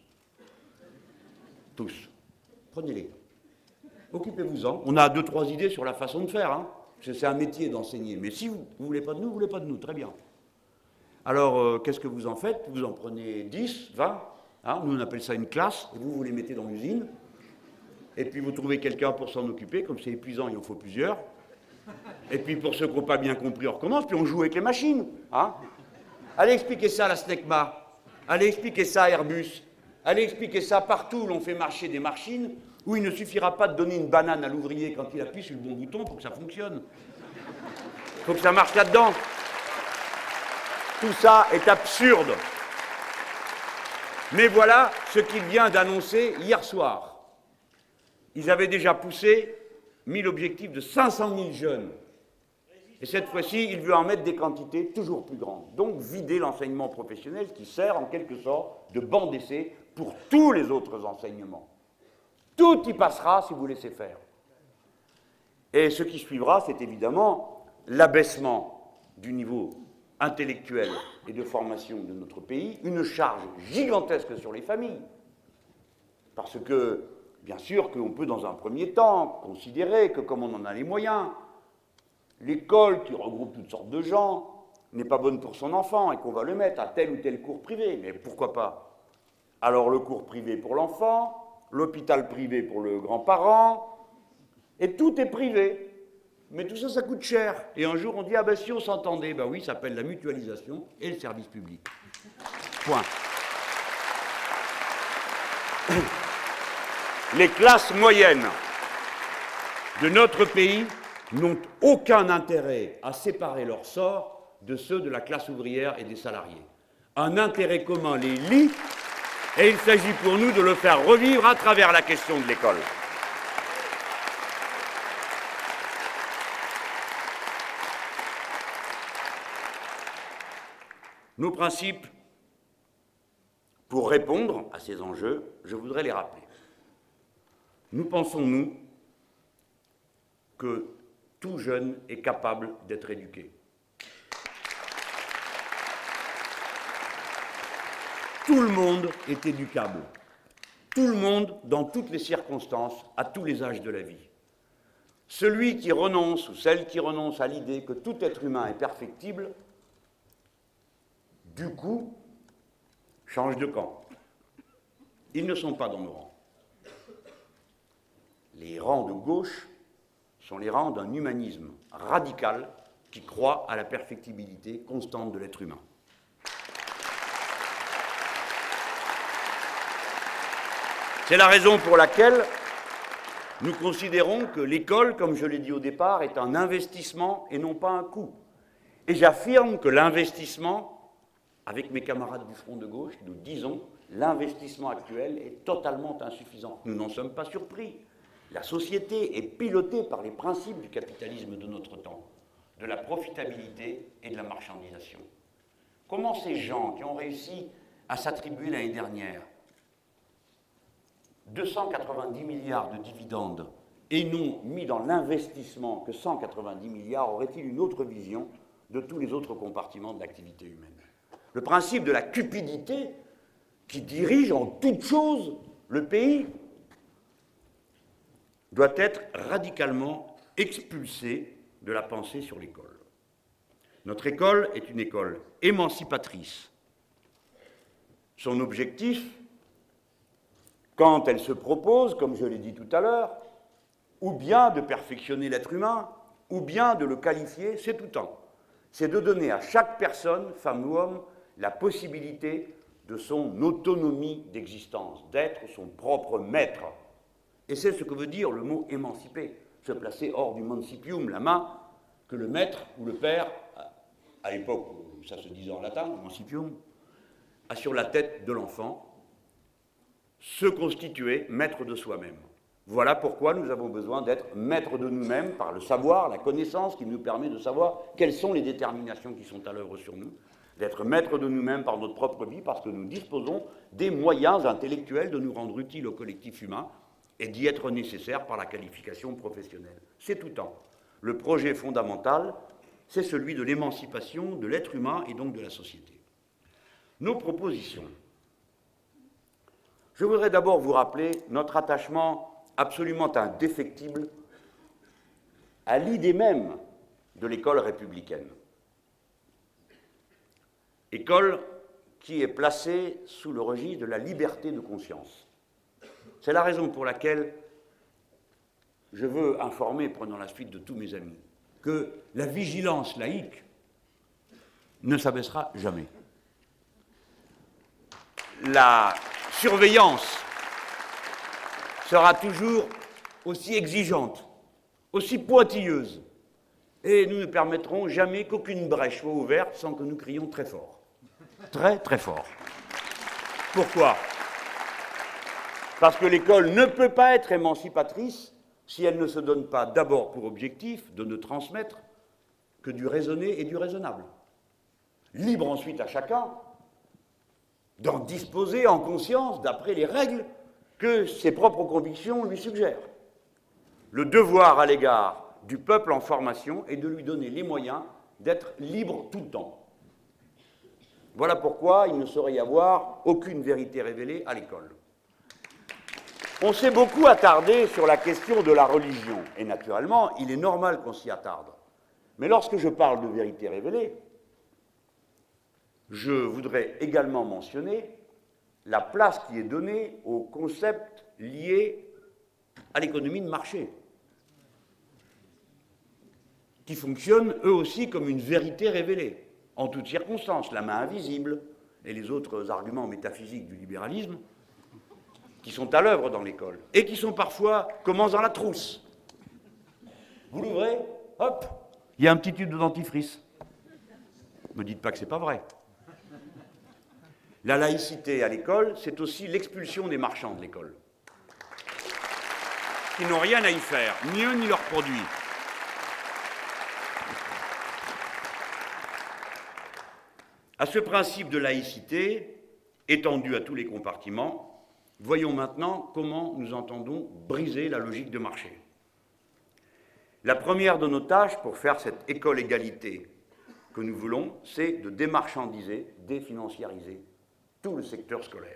S1: Tous. Prenez-les. Occupez-vous-en. On a 2-3 idées sur la façon de faire, hein. Parce que c'est un métier d'enseigner. Mais si vous ne voulez pas de nous, vous ne voulez pas de nous. Très bien. Alors, qu'est-ce que vous en faites? Vous en prenez 10, 20. Hein, nous, on appelle ça une classe. Et vous les mettez dans l'usine. Et puis, vous trouvez quelqu'un pour s'en occuper. Comme c'est épuisant, il en faut plusieurs. Et puis, pour ceux qui n'ont pas bien compris, on recommence. Puis, on joue avec les machines. Hein. Allez expliquer ça à la SNECMA. Allez expliquer ça à Airbus. Allez expliquer ça partout où l'on fait marcher des machines, où il ne suffira pas de donner une banane à l'ouvrier quand il appuie sur le bon bouton pour que ça fonctionne. Il faut que ça marche là-dedans. Tout ça est absurde. Mais voilà ce qu'il vient d'annoncer hier soir. Ils avaient déjà poussé, mis l'objectif de 500 000 jeunes. Et cette fois-ci, il veut en mettre des quantités toujours plus grandes. Donc vider l'enseignement professionnel qui sert en quelque sorte de banc d'essai pour tous les autres enseignements. Tout y passera si vous laissez faire. Et ce qui suivra, c'est évidemment l'abaissement du niveau intellectuel et de formation de notre pays, une charge gigantesque sur les familles. Parce que, bien sûr, qu'on peut dans un premier temps considérer que comme on en a les moyens, l'école qui regroupe toutes sortes de gens n'est pas bonne pour son enfant et qu'on va le mettre à tel ou tel cours privé. Mais pourquoi pas? Alors le cours privé pour l'enfant, l'hôpital privé pour le grand-parent, et tout est privé. Mais tout ça, ça coûte cher. Et un jour, on dit, ah ben si on s'entendait, ben oui, ça s'appelle la mutualisation et le service public. Point. Les classes moyennes de notre pays n'ont aucun intérêt à séparer leur sort de ceux de la classe ouvrière et des salariés. Un intérêt commun les lie, et il s'agit pour nous de le faire revivre à travers la question de l'école. Nos principes, pour répondre à ces enjeux, je voudrais les rappeler. Nous pensons, nous, que tout jeune est capable d'être éduqué. Tout le monde est éducable. Tout le monde, dans toutes les circonstances, à tous les âges de la vie. Celui qui renonce, ou celle qui renonce à l'idée que tout être humain est perfectible, du coup, change de camp. Ils ne sont pas dans nos rangs. Les rangs de gauche sont les rangs d'un humanisme radical qui croit à la perfectibilité constante de l'être humain. C'est la raison pour laquelle nous considérons que l'école, comme je l'ai dit au départ, est un investissement et non pas un coût. Et j'affirme que l'investissement, avec mes camarades du Front de gauche, nous disons l'investissement actuel est totalement insuffisant. Nous n'en sommes pas surpris. La société est pilotée par les principes du capitalisme de notre temps, de la profitabilité et de la marchandisation. Comment ces gens qui ont réussi à s'attribuer l'année dernière 290 milliards de dividendes et n'ont mis dans l'investissement que 190 milliards, auraient-ils une autre vision de tous les autres compartiments de l'activité humaine? Le principe de la cupidité qui dirige en toute chose le pays doit être radicalement expulsé de la pensée sur l'école. Notre école est une école émancipatrice. Son objectif, quand elle se propose, comme je l'ai dit tout à l'heure, ou bien de perfectionner l'être humain, ou bien de le qualifier, c'est tout temps. C'est de donner à chaque personne, femme ou homme, la possibilité de son autonomie d'existence, d'être son propre maître. Et c'est ce que veut dire le mot émanciper, se placer hors du mancipium, la main que le maître ou le père, à l'époque où ça se disait en latin, mancipium, a sur la tête de l'enfant, se constituer maître de soi-même. Voilà pourquoi nous avons besoin d'être maîtres de nous-mêmes par le savoir, la connaissance qui nous permet de savoir quelles sont les déterminations qui sont à l'œuvre sur nous, d'être maîtres de nous-mêmes par notre propre vie parce que nous disposons des moyens intellectuels de nous rendre utiles au collectif humain et d'y être nécessaires par la qualification professionnelle. C'est tout temps. Le projet fondamental, c'est celui de l'émancipation de l'être humain et donc de la société. Nos propositions. Je voudrais d'abord vous rappeler notre attachement absolument indéfectible à l'idée même de l'école républicaine. École qui est placée sous le registre de la liberté de conscience. C'est la raison pour laquelle je veux informer, prenant la suite de tous mes amis, que la vigilance laïque ne s'abaissera jamais. La surveillance sera toujours aussi exigeante, aussi pointilleuse, et nous ne permettrons jamais qu'aucune brèche soit ouverte sans que nous crions très fort. Très, très fort. Pourquoi ? Parce que l'école ne peut pas être émancipatrice si elle ne se donne pas d'abord pour objectif de ne transmettre que du raisonné et du raisonnable. Libre ensuite à chacun d'en disposer en conscience d'après les règles que ses propres convictions lui suggèrent. Le devoir à l'égard du peuple en formation est de lui donner les moyens d'être libre tout le temps. Voilà pourquoi il ne saurait y avoir aucune vérité révélée à l'école. On s'est beaucoup attardé sur la question de la religion, et naturellement, il est normal qu'on s'y attarde. Mais lorsque je parle de vérité révélée, je voudrais également mentionner la place qui est donnée aux concepts liés à l'économie de marché, qui fonctionnent eux aussi comme une vérité révélée, en toutes circonstances, la main invisible et les autres arguments métaphysiques du libéralisme, qui sont à l'œuvre dans l'école, et qui sont parfois commencent dans la trousse. Vous l'ouvrez, hop, il y a un petit tube de dentifrice. Ne me dites pas que c'est pas vrai. La laïcité à l'école, c'est aussi l'expulsion des marchands de l'école, qui n'ont rien à y faire, ni eux ni leurs produits. À ce principe de laïcité, étendu à tous les compartiments, voyons maintenant comment nous entendons briser la logique de marché. La première de nos tâches pour faire cette école égalité que nous voulons, c'est de démarchandiser, définanciariser tout le secteur scolaire.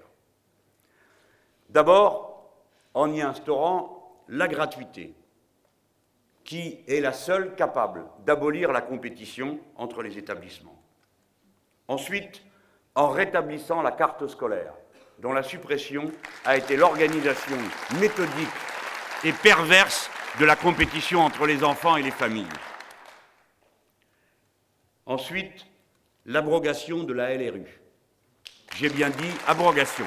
S1: D'abord, en y instaurant la gratuité, qui est la seule capable d'abolir la compétition entre les établissements. Ensuite, en rétablissant la carte scolaire, dont la suppression a été l'organisation méthodique et perverse de la compétition entre les enfants et les familles. Ensuite, l'abrogation de la LRU. J'ai bien dit abrogation.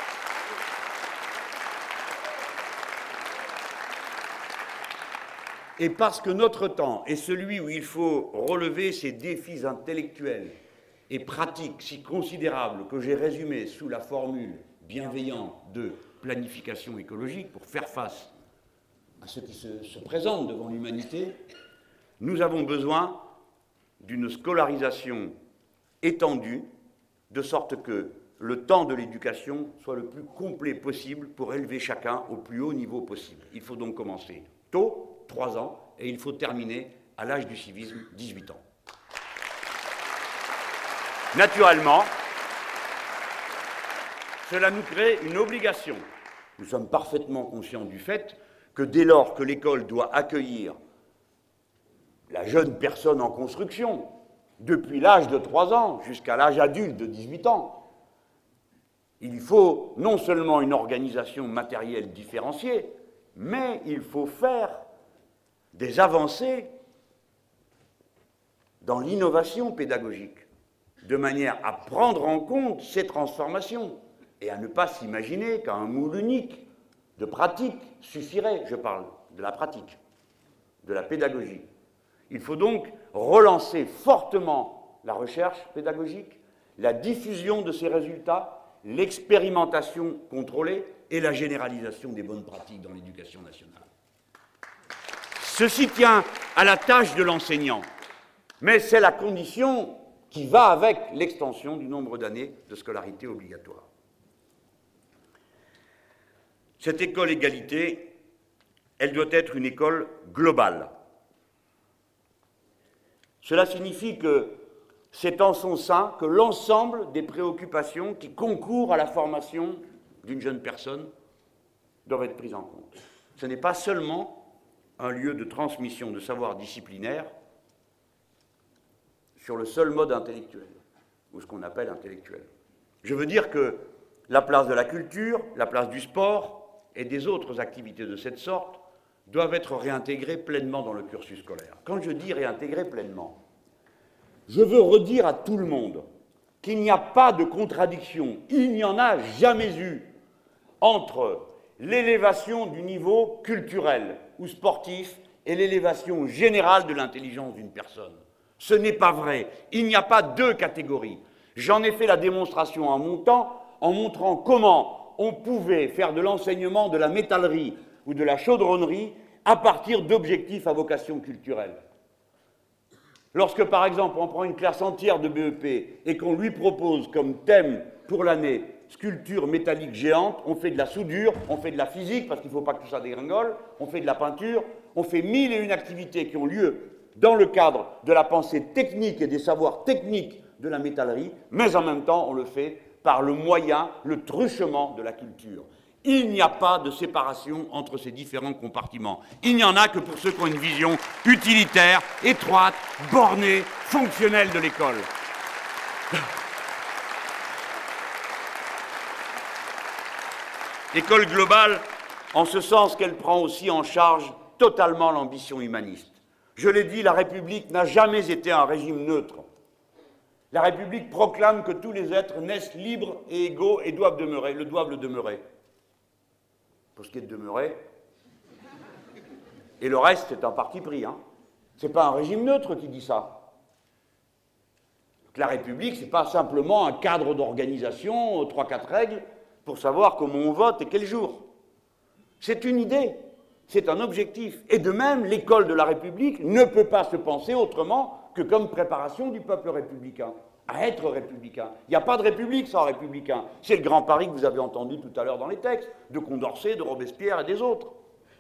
S1: Et parce que notre temps est celui où il faut relever ces défis intellectuels et pratiques si considérables que j'ai résumés sous la formule bienveillante de planification écologique pour faire face à ce qui se présente devant l'humanité, nous avons besoin d'une scolarisation étendue, de sorte que le temps de l'éducation soit le plus complet possible pour élever chacun au plus haut niveau possible. Il faut donc commencer tôt, 3 ans, et il faut terminer à l'âge du civisme, 18 ans. Naturellement, cela nous crée une obligation. Nous sommes parfaitement conscients du fait que dès lors que l'école doit accueillir la jeune personne en construction, depuis l'âge de 3 ans jusqu'à l'âge adulte de 18 ans, il faut non seulement une organisation matérielle différenciée, mais il faut faire des avancées dans l'innovation pédagogique, de manière à prendre en compte ces transformations et à ne pas s'imaginer qu'un moule unique de pratique suffirait. Je parle de la pratique, de la pédagogie. Il faut donc relancer fortement la recherche pédagogique, la diffusion de ces résultats, l'expérimentation contrôlée et la généralisation des bonnes pratiques dans l'éducation nationale. Ceci tient à la tâche de l'enseignant, mais c'est la condition qui va avec l'extension du nombre d'années de scolarité obligatoire. Cette école égalité, elle doit être une école globale. Cela signifie que c'est en son sein que l'ensemble des préoccupations qui concourent à la formation d'une jeune personne doivent être prises en compte. Ce n'est pas seulement un lieu de transmission de savoir disciplinaire sur le seul mode intellectuel, ou ce qu'on appelle intellectuel. Je veux dire que la place de la culture, la place du sport et des autres activités de cette sorte doivent être réintégrées pleinement dans le cursus scolaire. Quand je dis réintégrer pleinement, je veux redire à tout le monde qu'il n'y a pas de contradiction, il n'y en a jamais eu, entre l'élévation du niveau culturel ou sportif et l'élévation générale de l'intelligence d'une personne. Ce n'est pas vrai. Il n'y a pas deux catégories. J'en ai fait la démonstration en montrant comment on pouvait faire de l'enseignement de la métallerie ou de la chaudronnerie à partir d'objectifs à vocation culturelle. Lorsque, par exemple, on prend une classe entière de BEP et qu'on lui propose comme thème pour l'année sculpture métallique géante, on fait de la soudure, on fait de la physique, parce qu'il ne faut pas que tout ça dégringole, on fait de la peinture, on fait 1001 activités qui ont lieu dans le cadre de la pensée technique et des savoirs techniques de la métallerie, mais en même temps, on le fait par le moyen, le truchement de la culture. Il n'y a pas de séparation entre ces différents compartiments. Il n'y en a que pour ceux qui ont une vision utilitaire, étroite, bornée, fonctionnelle de l'école. L'école globale, en ce sens qu'elle prend aussi en charge totalement l'ambition humaniste. Je l'ai dit, la République n'a jamais été un régime neutre. La République proclame que tous les êtres naissent libres et égaux et doivent le demeurer. Pour ce qui est de demeurer, et le reste, c'est un parti pris. Ce n'est pas un régime neutre qui dit ça. La République, ce n'est pas simplement un cadre d'organisation, 3-4 règles, pour savoir comment on vote et quel jour. C'est une idée, c'est un objectif. Et de même, l'école de la République ne peut pas se penser autrement que comme préparation du peuple républicain, à être républicain. Il n'y a pas de république sans républicain. C'est le grand pari que vous avez entendu tout à l'heure dans les textes, de Condorcet, de Robespierre et des autres.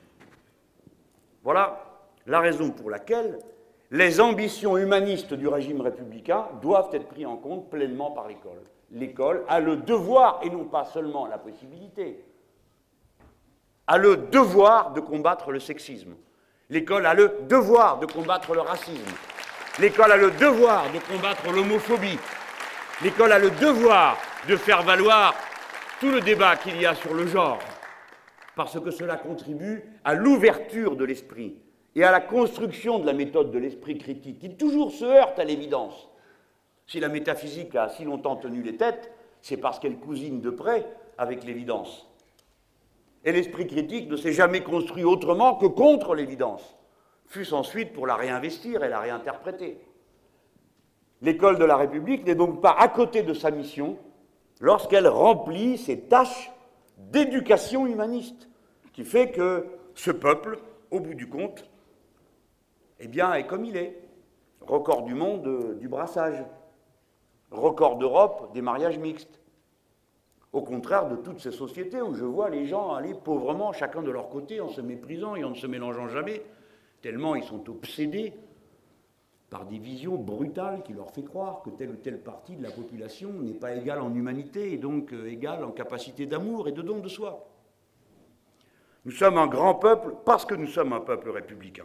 S1: Voilà la raison pour laquelle les ambitions humanistes du régime républicain doivent être prises en compte pleinement par l'école. L'école a le devoir, et non pas seulement la possibilité, a le devoir de combattre le sexisme. L'école a le devoir de combattre le racisme. L'école a le devoir de combattre l'homophobie. L'école a le devoir de faire valoir tout le débat qu'il y a sur le genre, parce que cela contribue à l'ouverture de l'esprit et à la construction de la méthode de l'esprit critique, qui toujours se heurte à l'évidence. Si la métaphysique a si longtemps tenu les têtes, c'est parce qu'elle cousine de près avec l'évidence. Et l'esprit critique ne s'est jamais construit autrement que contre l'évidence, fût-ce ensuite pour la réinvestir et la réinterpréter. L'école de la République n'est donc pas à côté de sa mission lorsqu'elle remplit ses tâches d'éducation humaniste, qui fait que ce peuple, au bout du compte, eh bien, est comme il est. Record du monde du brassage, record d'Europe des mariages mixtes. Au contraire de toutes ces sociétés où je vois les gens aller pauvrement, chacun de leur côté, en se méprisant et en ne se mélangeant jamais, tellement ils sont obsédés par des visions brutales qui leur fait croire que telle ou telle partie de la population n'est pas égale en humanité et donc égale en capacité d'amour et de don de soi. Nous sommes un grand peuple parce que nous sommes un peuple républicain.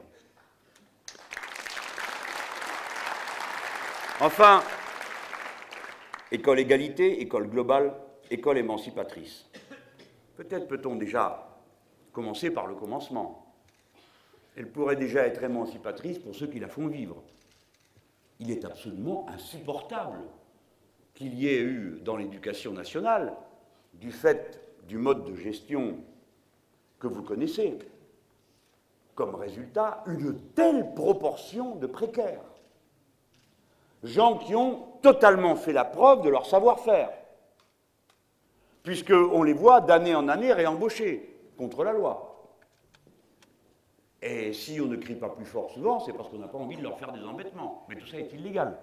S1: Enfin, école égalité, école globale, école émancipatrice. Peut-être peut-on déjà commencer par le commencement. Elle pourrait déjà être émancipatrice pour ceux qui la font vivre. il est absolument insupportable qu'il y ait eu dans l'éducation nationale, du fait du mode de gestion que vous connaissez, comme résultat, une telle proportion de précaires. Gens qui ont totalement fait la preuve de leur savoir-faire, puisqu'on les voit d'année en année réembauchés contre la loi. Et si on ne crie pas plus fort souvent, c'est parce qu'on n'a pas envie de leur faire des embêtements. Mais tout ça est illégal.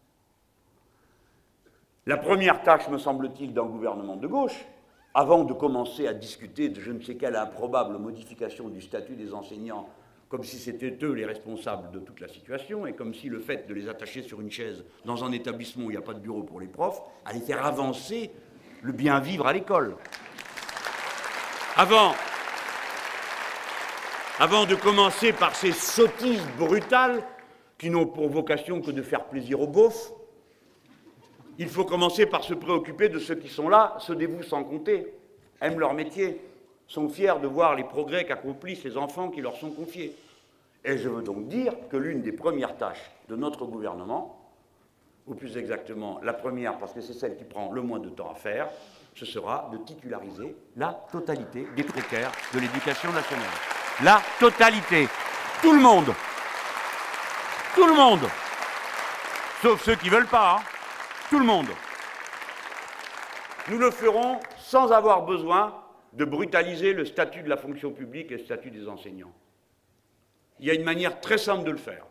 S1: La première tâche, me semble-t-il, d'un gouvernement de gauche, avant de commencer à discuter de je ne sais quelle improbable modification du statut des enseignants, comme si c'était eux les responsables de toute la situation, et comme si le fait de les attacher sur une chaise dans un établissement où il n'y a pas de bureau pour les profs allait faire avancer le bien vivre à l'école. Avant de commencer par ces sottises brutales qui n'ont pour vocation que de faire plaisir aux beaufs, il faut commencer par se préoccuper de ceux qui sont là, se dévouent sans compter, aiment leur métier, sont fiers de voir les progrès qu'accomplissent les enfants qui leur sont confiés. Et je veux donc dire que l'une des premières tâches de notre gouvernement, ou plus exactement la première, parce que c'est celle qui prend le moins de temps à faire, ce sera de titulariser la totalité des précaires de l'éducation nationale. La totalité. Tout le monde. Tout le monde. Sauf ceux qui ne veulent pas, hein. Tout le monde. Nous le ferons sans avoir besoin de brutaliser le statut de la fonction publique et le statut des enseignants. Il y a une manière très simple de le faire.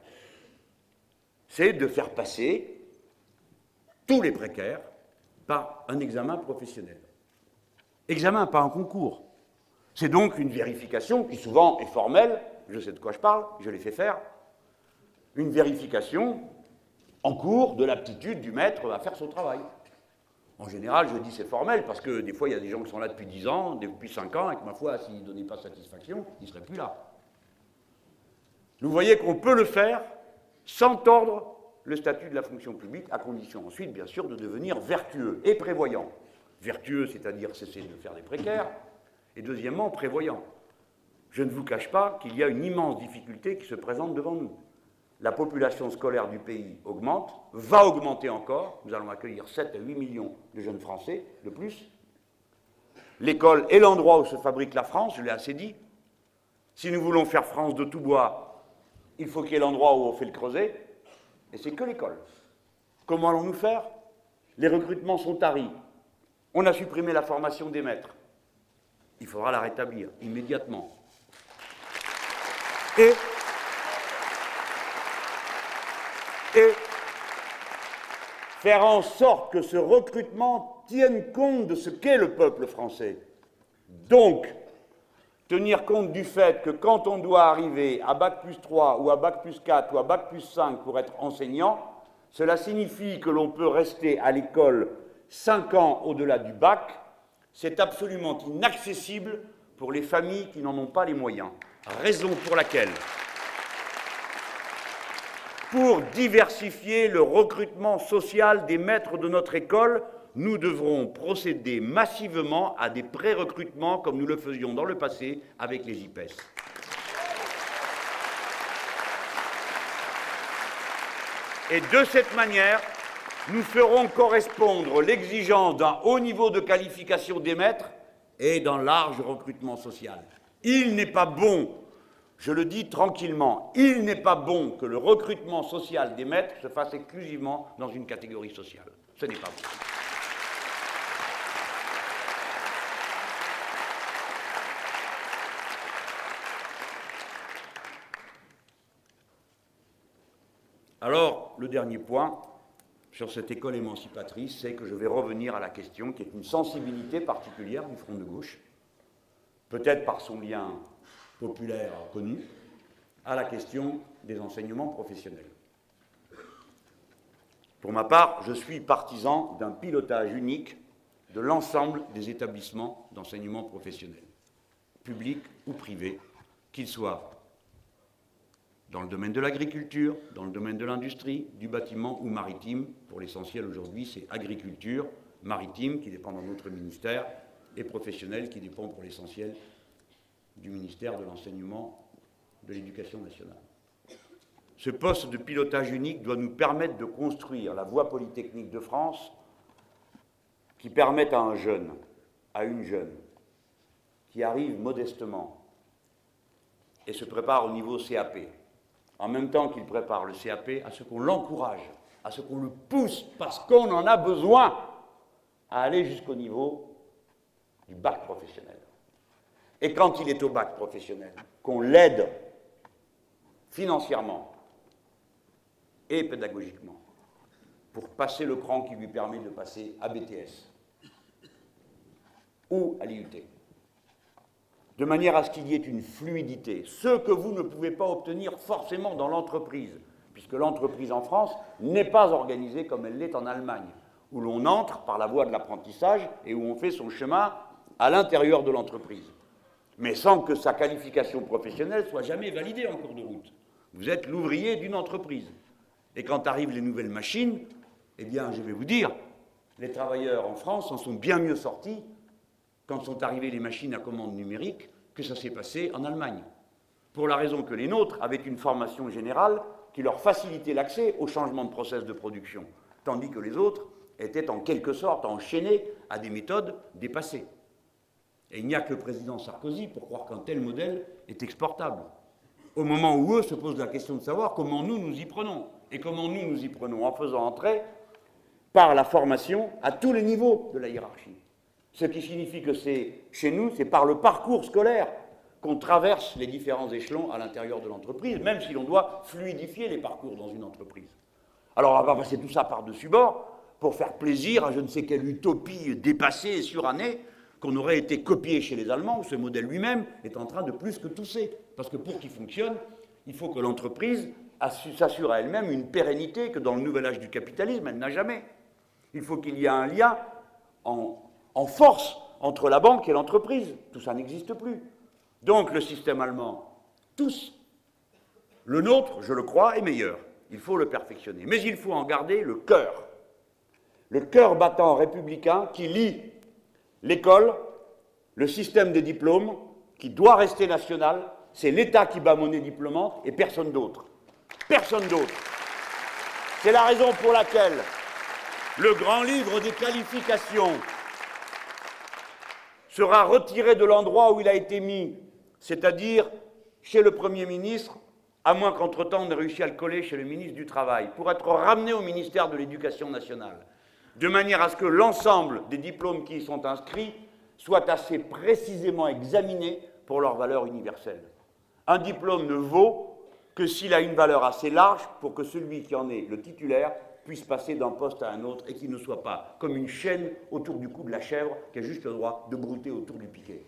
S1: C'est de faire passer tous les précaires par un examen professionnel. Examen, pas un concours. C'est donc une vérification qui souvent est formelle, je sais de quoi je parle, je l'ai fait faire, une vérification en cours de l'aptitude du maître à faire son travail. En général, je dis c'est formel, parce que des fois, il y a des gens qui sont là depuis 10 ans, depuis 5 ans, et que ma foi, s'ils ne donnaient pas satisfaction, ils ne seraient plus là. Vous voyez qu'on peut le faire sans tordre le statut de la fonction publique, à condition ensuite, bien sûr, de devenir vertueux et prévoyant. Vertueux, c'est-à-dire cesser de faire des précaires, et deuxièmement, prévoyant. Je ne vous cache pas qu'il y a une immense difficulté qui se présente devant nous. La population scolaire du pays augmente, va augmenter encore. Nous allons accueillir 7 à 8 millions de jeunes Français de plus. L'école est l'endroit où se fabrique la France, je l'ai assez dit. Si nous voulons faire France de tout bois, il faut qu'il y ait l'endroit où on fait le creuset, et c'est que l'école. Comment allons-nous faire? Les recrutements sont taris. On a supprimé la formation des maîtres. Il faudra la rétablir immédiatement. Et faire en sorte que ce recrutement tienne compte de ce qu'est le peuple français. Donc, tenir compte du fait que quand on doit arriver à Bac plus 3 ou à Bac plus 4 ou à Bac plus 5 pour être enseignant, cela signifie que l'on peut rester à l'école 5 ans au-delà du bac. C'est absolument inaccessible pour les familles qui n'en ont pas les moyens. Raison pour laquelle, pour diversifier le recrutement social des maîtres de notre école, nous devrons procéder massivement à des pré-recrutements comme nous le faisions dans le passé avec les IPES. Et de cette manière, nous ferons correspondre l'exigence d'un haut niveau de qualification des maîtres et d'un large recrutement social. Il n'est pas bon, je le dis tranquillement, il n'est pas bon que le recrutement social des maîtres se fasse exclusivement dans une catégorie sociale. Ce n'est pas bon. Alors, le dernier point sur cette école émancipatrice, c'est que je vais revenir à la question qui est une sensibilité particulière du Front de gauche, peut-être par son lien populaire connu, à la question des enseignements professionnels. Pour ma part, je suis partisan d'un pilotage unique de l'ensemble des établissements d'enseignement professionnel, publics ou privés, qu'ils soient dans le domaine de l'agriculture, dans le domaine de l'industrie, du bâtiment ou maritime. Pour l'essentiel aujourd'hui, c'est agriculture, maritime, qui dépend d'un autre ministère, et professionnel, qui dépend pour l'essentiel du ministère de l'enseignement de l'éducation nationale. Ce poste de pilotage unique doit nous permettre de construire la voie polytechnique de France qui permette à un jeune, à une jeune, qui arrive modestement et se prépare au niveau CAP, en même temps qu'il prépare le CAP, à ce qu'on l'encourage, à ce qu'on le pousse, parce qu'on en a besoin, à aller jusqu'au niveau du bac professionnel. Et quand il est au bac professionnel, qu'on l'aide financièrement et pédagogiquement pour passer le cran qui lui permet de passer à BTS ou à l'IUT, de manière à ce qu'il y ait une fluidité, ce que vous ne pouvez pas obtenir forcément dans l'entreprise, puisque l'entreprise en France n'est pas organisée comme elle l'est en Allemagne, où l'on entre par la voie de l'apprentissage et où on fait son chemin à l'intérieur de l'entreprise, mais sans que sa qualification professionnelle soit jamais validée en cours de route. Vous êtes l'ouvrier d'une entreprise. Et quand arrivent les nouvelles machines, eh bien, je vais vous dire, les travailleurs en France en sont bien mieux sortis quand sont arrivées les machines à commande numérique que ça s'est passé en Allemagne. Pour la raison que les nôtres avaient une formation générale qui leur facilitait l'accès au changement de process de production, tandis que les autres étaient en quelque sorte enchaînés à des méthodes dépassées. Et il n'y a que le président Sarkozy pour croire qu'un tel modèle est exportable. Au moment où eux se posent la question de savoir comment nous y prenons. Et comment nous y prenons en faisant entrer par la formation à tous les niveaux de la hiérarchie. Ce qui signifie que chez nous, c'est par le parcours scolaire qu'on traverse les différents échelons à l'intérieur de l'entreprise, même si l'on doit fluidifier les parcours dans une entreprise. Alors on va passer tout ça par-dessus bord pour faire plaisir à je ne sais quelle utopie dépassée et surannée qu'on aurait été copié chez les Allemands, où ce modèle lui-même est en train de plus que tousser. Parce que pour qu'il fonctionne, il faut que l'entreprise s'assure à elle-même une pérennité que dans le nouvel âge du capitalisme, elle n'a jamais. Il faut qu'il y ait un lien en force entre la banque et l'entreprise. Tout ça n'existe plus. Donc le système allemand, tous, le nôtre, je le crois, est meilleur. Il faut le perfectionner. Mais il faut en garder le cœur battant républicain qui lie l'école, le système des diplômes, qui doit rester national. C'est l'État qui bat monnaie diplômante et personne d'autre. Personne d'autre. C'est la raison pour laquelle le grand livre des qualifications sera retiré de l'endroit où il a été mis, c'est-à-dire chez le Premier ministre, à moins qu'entre-temps on ait réussi à le coller chez le ministre du Travail, pour être ramené au ministère de l'Éducation nationale, de manière à ce que l'ensemble des diplômes qui y sont inscrits soient assez précisément examinés pour leur valeur universelle. Un diplôme ne vaut que s'il a une valeur assez large pour que celui qui en est le titulaire puisse passer d'un poste à un autre et qu'il ne soit pas comme une chaîne autour du cou de la chèvre qui a juste le droit de brouter autour du piquet.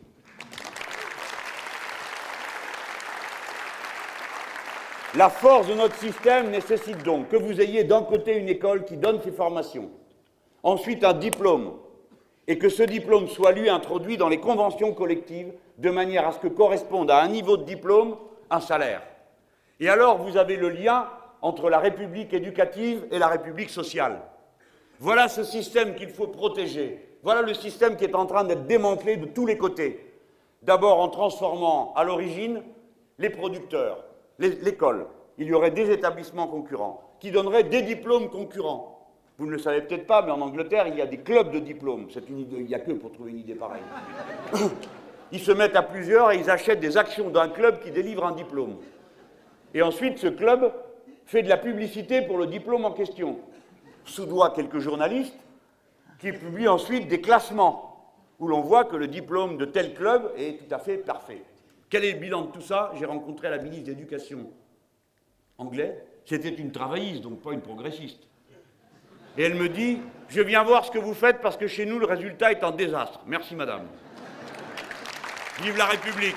S1: La force de notre système nécessite donc que vous ayez d'un côté une école qui donne ses formations, ensuite un diplôme, et que ce diplôme soit lui introduit dans les conventions collectives de manière à ce que corresponde à un niveau de diplôme un salaire. Et alors vous avez le lien entre la République éducative et la République sociale. Voilà ce système qu'il faut protéger. Voilà le système qui est en train d'être démantelé de tous les côtés. D'abord en transformant à l'origine les producteurs, l'école. Il y aurait des établissements concurrents qui donneraient des diplômes concurrents. Vous ne le savez peut-être pas, mais en Angleterre, il y a des clubs de diplômes. C'est une idée, il n'y a que pour trouver une idée pareille. Ils se mettent à plusieurs et ils achètent des actions d'un club qui délivre un diplôme. Et ensuite, ce club fait de la publicité pour le diplôme en question. Sous-doigt quelques journalistes qui publient ensuite des classements où l'on voit que le diplôme de tel club est tout à fait parfait. Quel est le bilan de tout ça? J'ai rencontré la ministre de l'Éducation anglais. C'était une travailliste, donc pas une progressiste. Et elle me dit, je viens voir ce que vous faites parce que chez nous, le résultat est un désastre. Merci, madame. Vive la République.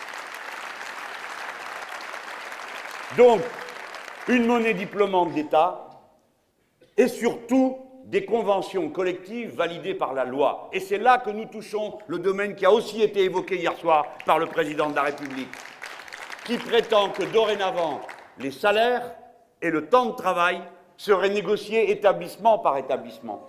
S1: Donc, une monnaie diplômante d'État et surtout des conventions collectives validées par la loi. Et c'est là que nous touchons le domaine qui a aussi été évoqué hier soir par le président de la République, qui prétend que dorénavant, les salaires et le temps de travail seraient négociés établissement par établissement.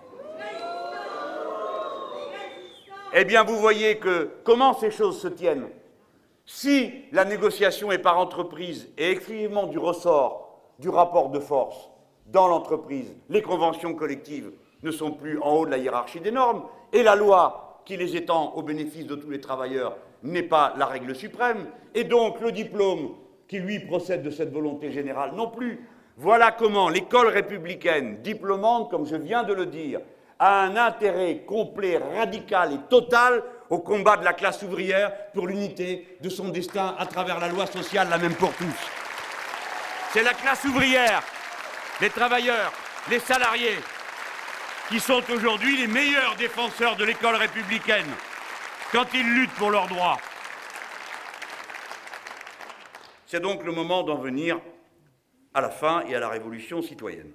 S1: Eh bien, vous voyez que comment ces choses se tiennent. Si la négociation est par entreprise et exclusivement du ressort du rapport de force dans l'entreprise. Les conventions collectives ne sont plus en haut de la hiérarchie des normes, et la loi qui les étend au bénéfice de tous les travailleurs n'est pas la règle suprême, et donc le diplôme qui lui procède de cette volonté générale non plus. Voilà comment l'école républicaine, diplômante, comme je viens de le dire, a un intérêt complet, radical et total au combat de la classe ouvrière pour l'unité de son destin à travers la loi sociale, la même pour tous. C'est la classe ouvrière, les travailleurs, les salariés, qui sont aujourd'hui les meilleurs défenseurs de l'école républicaine quand ils luttent pour leurs droits. C'est donc le moment d'en venir à la fin et à la révolution citoyenne.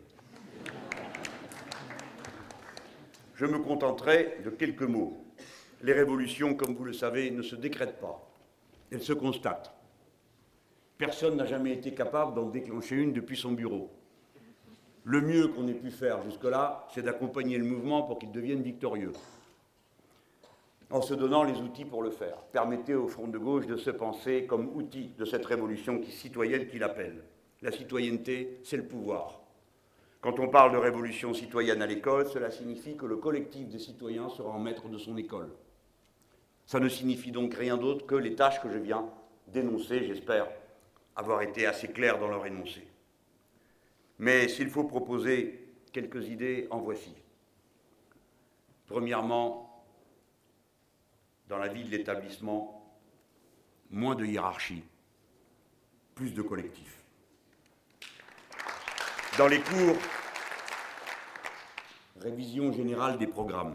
S1: Je me contenterai de quelques mots. Les révolutions, comme vous le savez, ne se décrètent pas. Elles se constatent. Personne n'a jamais été capable d'en déclencher une depuis son bureau. Le mieux qu'on ait pu faire jusque-là, c'est d'accompagner le mouvement pour qu'il devienne victorieux, en se donnant les outils pour le faire. Permettez au Front de gauche de se penser comme outil de cette révolution citoyenne qu'il appelle. La citoyenneté, c'est le pouvoir. Quand on parle de révolution citoyenne à l'école, cela signifie que le collectif des citoyens sera en maître de son école. Ça ne signifie donc rien d'autre que les tâches que je viens d'énoncer, j'espère avoir été assez clair dans leur énoncé. Mais s'il faut proposer quelques idées, en voici. Premièrement, dans la vie de l'établissement, moins de hiérarchie, plus de collectif. Dans les cours, révision générale des programmes.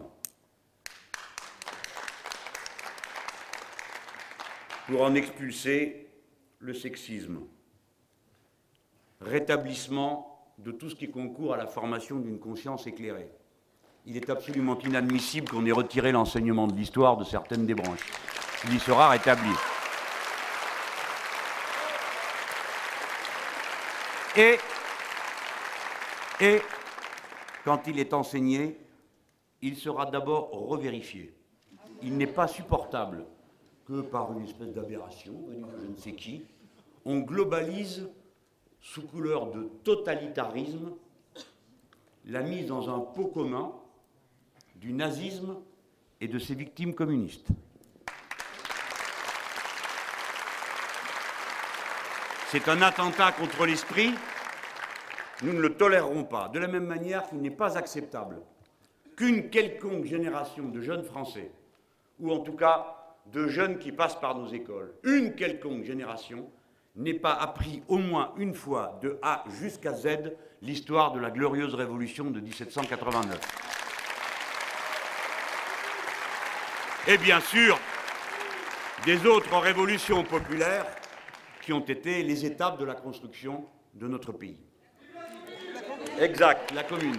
S1: Pour en expulser le sexisme. Rétablissement de tout ce qui concourt à la formation d'une conscience éclairée. Il est absolument inadmissible qu'on ait retiré l'enseignement de l'histoire de certaines des branches. Il y sera rétabli. Et quand il est enseigné, il sera d'abord revérifié. Il n'est pas supportable que par une espèce d'aberration, venue de je ne sais qui, on globalise, sous couleur de totalitarisme, la mise dans un pot commun du nazisme et de ses victimes communistes. C'est un attentat contre l'esprit. Nous ne le tolérerons pas, de la même manière qu'il n'est pas acceptable qu'une quelconque génération de jeunes Français, ou en tout cas de jeunes qui passent par nos écoles, une quelconque génération, n'ait pas appris au moins une fois, de A jusqu'à Z, l'histoire de la glorieuse révolution de 1789. Et bien sûr, des autres révolutions populaires qui ont été les étapes de la construction de notre pays. Exact, la Commune.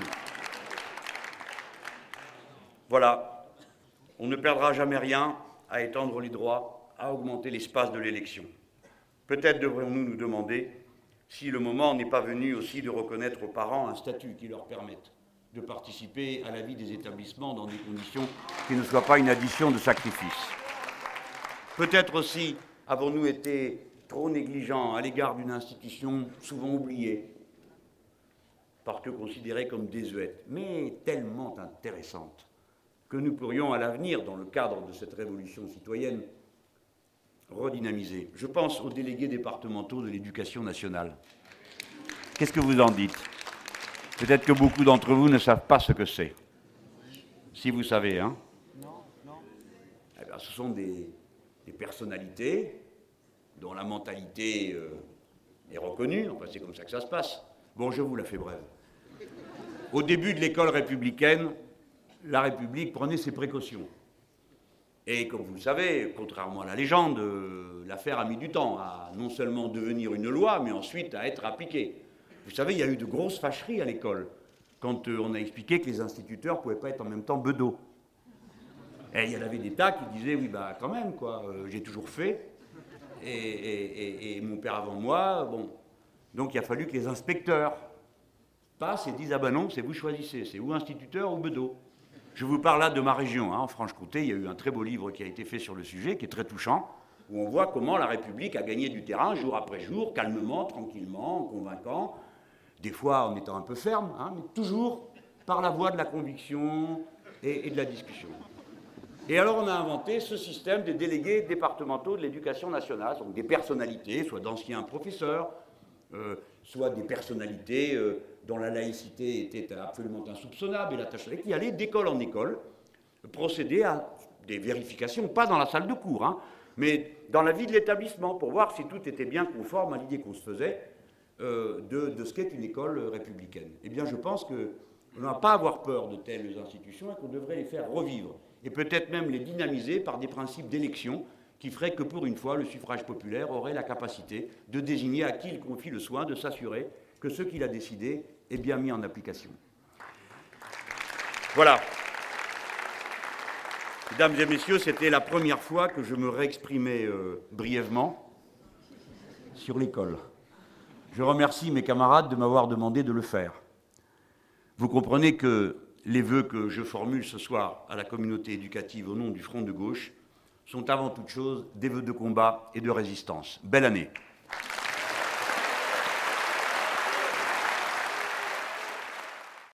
S1: Voilà, on ne perdra jamais rien à étendre les droits, à augmenter l'espace de l'élection. Peut-être devrions-nous nous demander si le moment n'est pas venu aussi de reconnaître aux parents un statut qui leur permette de participer à la vie des établissements dans des conditions qui ne soient pas une addition de sacrifices. Peut-être aussi avons-nous été trop négligents à l'égard d'une institution souvent oubliée, parce que considérée comme désuète, mais tellement intéressante, que nous pourrions à l'avenir, dans le cadre de cette révolution citoyenne, redynamiser. Je pense aux délégués départementaux de l'éducation nationale. Qu'est-ce que vous en dites? Peut-être que beaucoup d'entre vous ne savent pas ce que c'est. Si vous savez, hein? Non. Eh bien, ce sont des personnalités dont la mentalité est reconnue. Enfin, c'est comme ça que ça se passe. Bon, je vous la fais brève. Au début de l'école républicaine, la République prenait ses précautions. Et comme vous le savez, contrairement à la légende, l'affaire a mis du temps à non seulement devenir une loi, mais ensuite à être appliquée. Vous savez, il y a eu de grosses fâcheries à l'école, quand on a expliqué que les instituteurs ne pouvaient pas être en même temps bedeaux. Et il y en avait des tas qui disaient, oui, bah quand même, quoi, j'ai toujours fait, et mon père avant moi, bon. Donc il a fallu que les inspecteurs passent et disent, ah ben non, c'est vous choisissez, c'est ou instituteur ou bedeau. Je vous parle là de ma région, hein, en Franche-Comté, il y a eu un très beau livre qui a été fait sur le sujet, qui est très touchant, où on voit comment la République a gagné du terrain jour après jour, calmement, tranquillement, en convainquant, des fois en étant un peu ferme, hein, mais toujours par la voie de la conviction et de la discussion. Et alors on a inventé ce système des délégués départementaux de l'éducation nationale, donc des personnalités, soit d'anciens professeurs, soit des personnalités dont la laïcité était absolument insoupçonnable et la tâche qui allaient d'école en école procéder à des vérifications, pas dans la salle de cours, hein, mais dans la vie de l'établissement, pour voir si tout était bien conforme à l'idée qu'on se faisait de ce qu'est une école républicaine. Eh bien, je pense qu'on n'a pas à avoir peur de telles institutions et qu'on devrait les faire revivre, et peut-être même les dynamiser par des principes d'élection qui feraient que, pour une fois, le suffrage populaire aurait la capacité de désigner à qui il confie le soin de s'assurer que ce qu'il a décidé est bien mis en application. Voilà. Mesdames et messieurs, c'était la première fois que je me réexprimais brièvement sur l'école. Je remercie mes camarades de m'avoir demandé de le faire. Vous comprenez que les vœux que je formule ce soir à la communauté éducative au nom du Front de gauche sont avant toute chose des vœux de combat et de résistance. Belle année.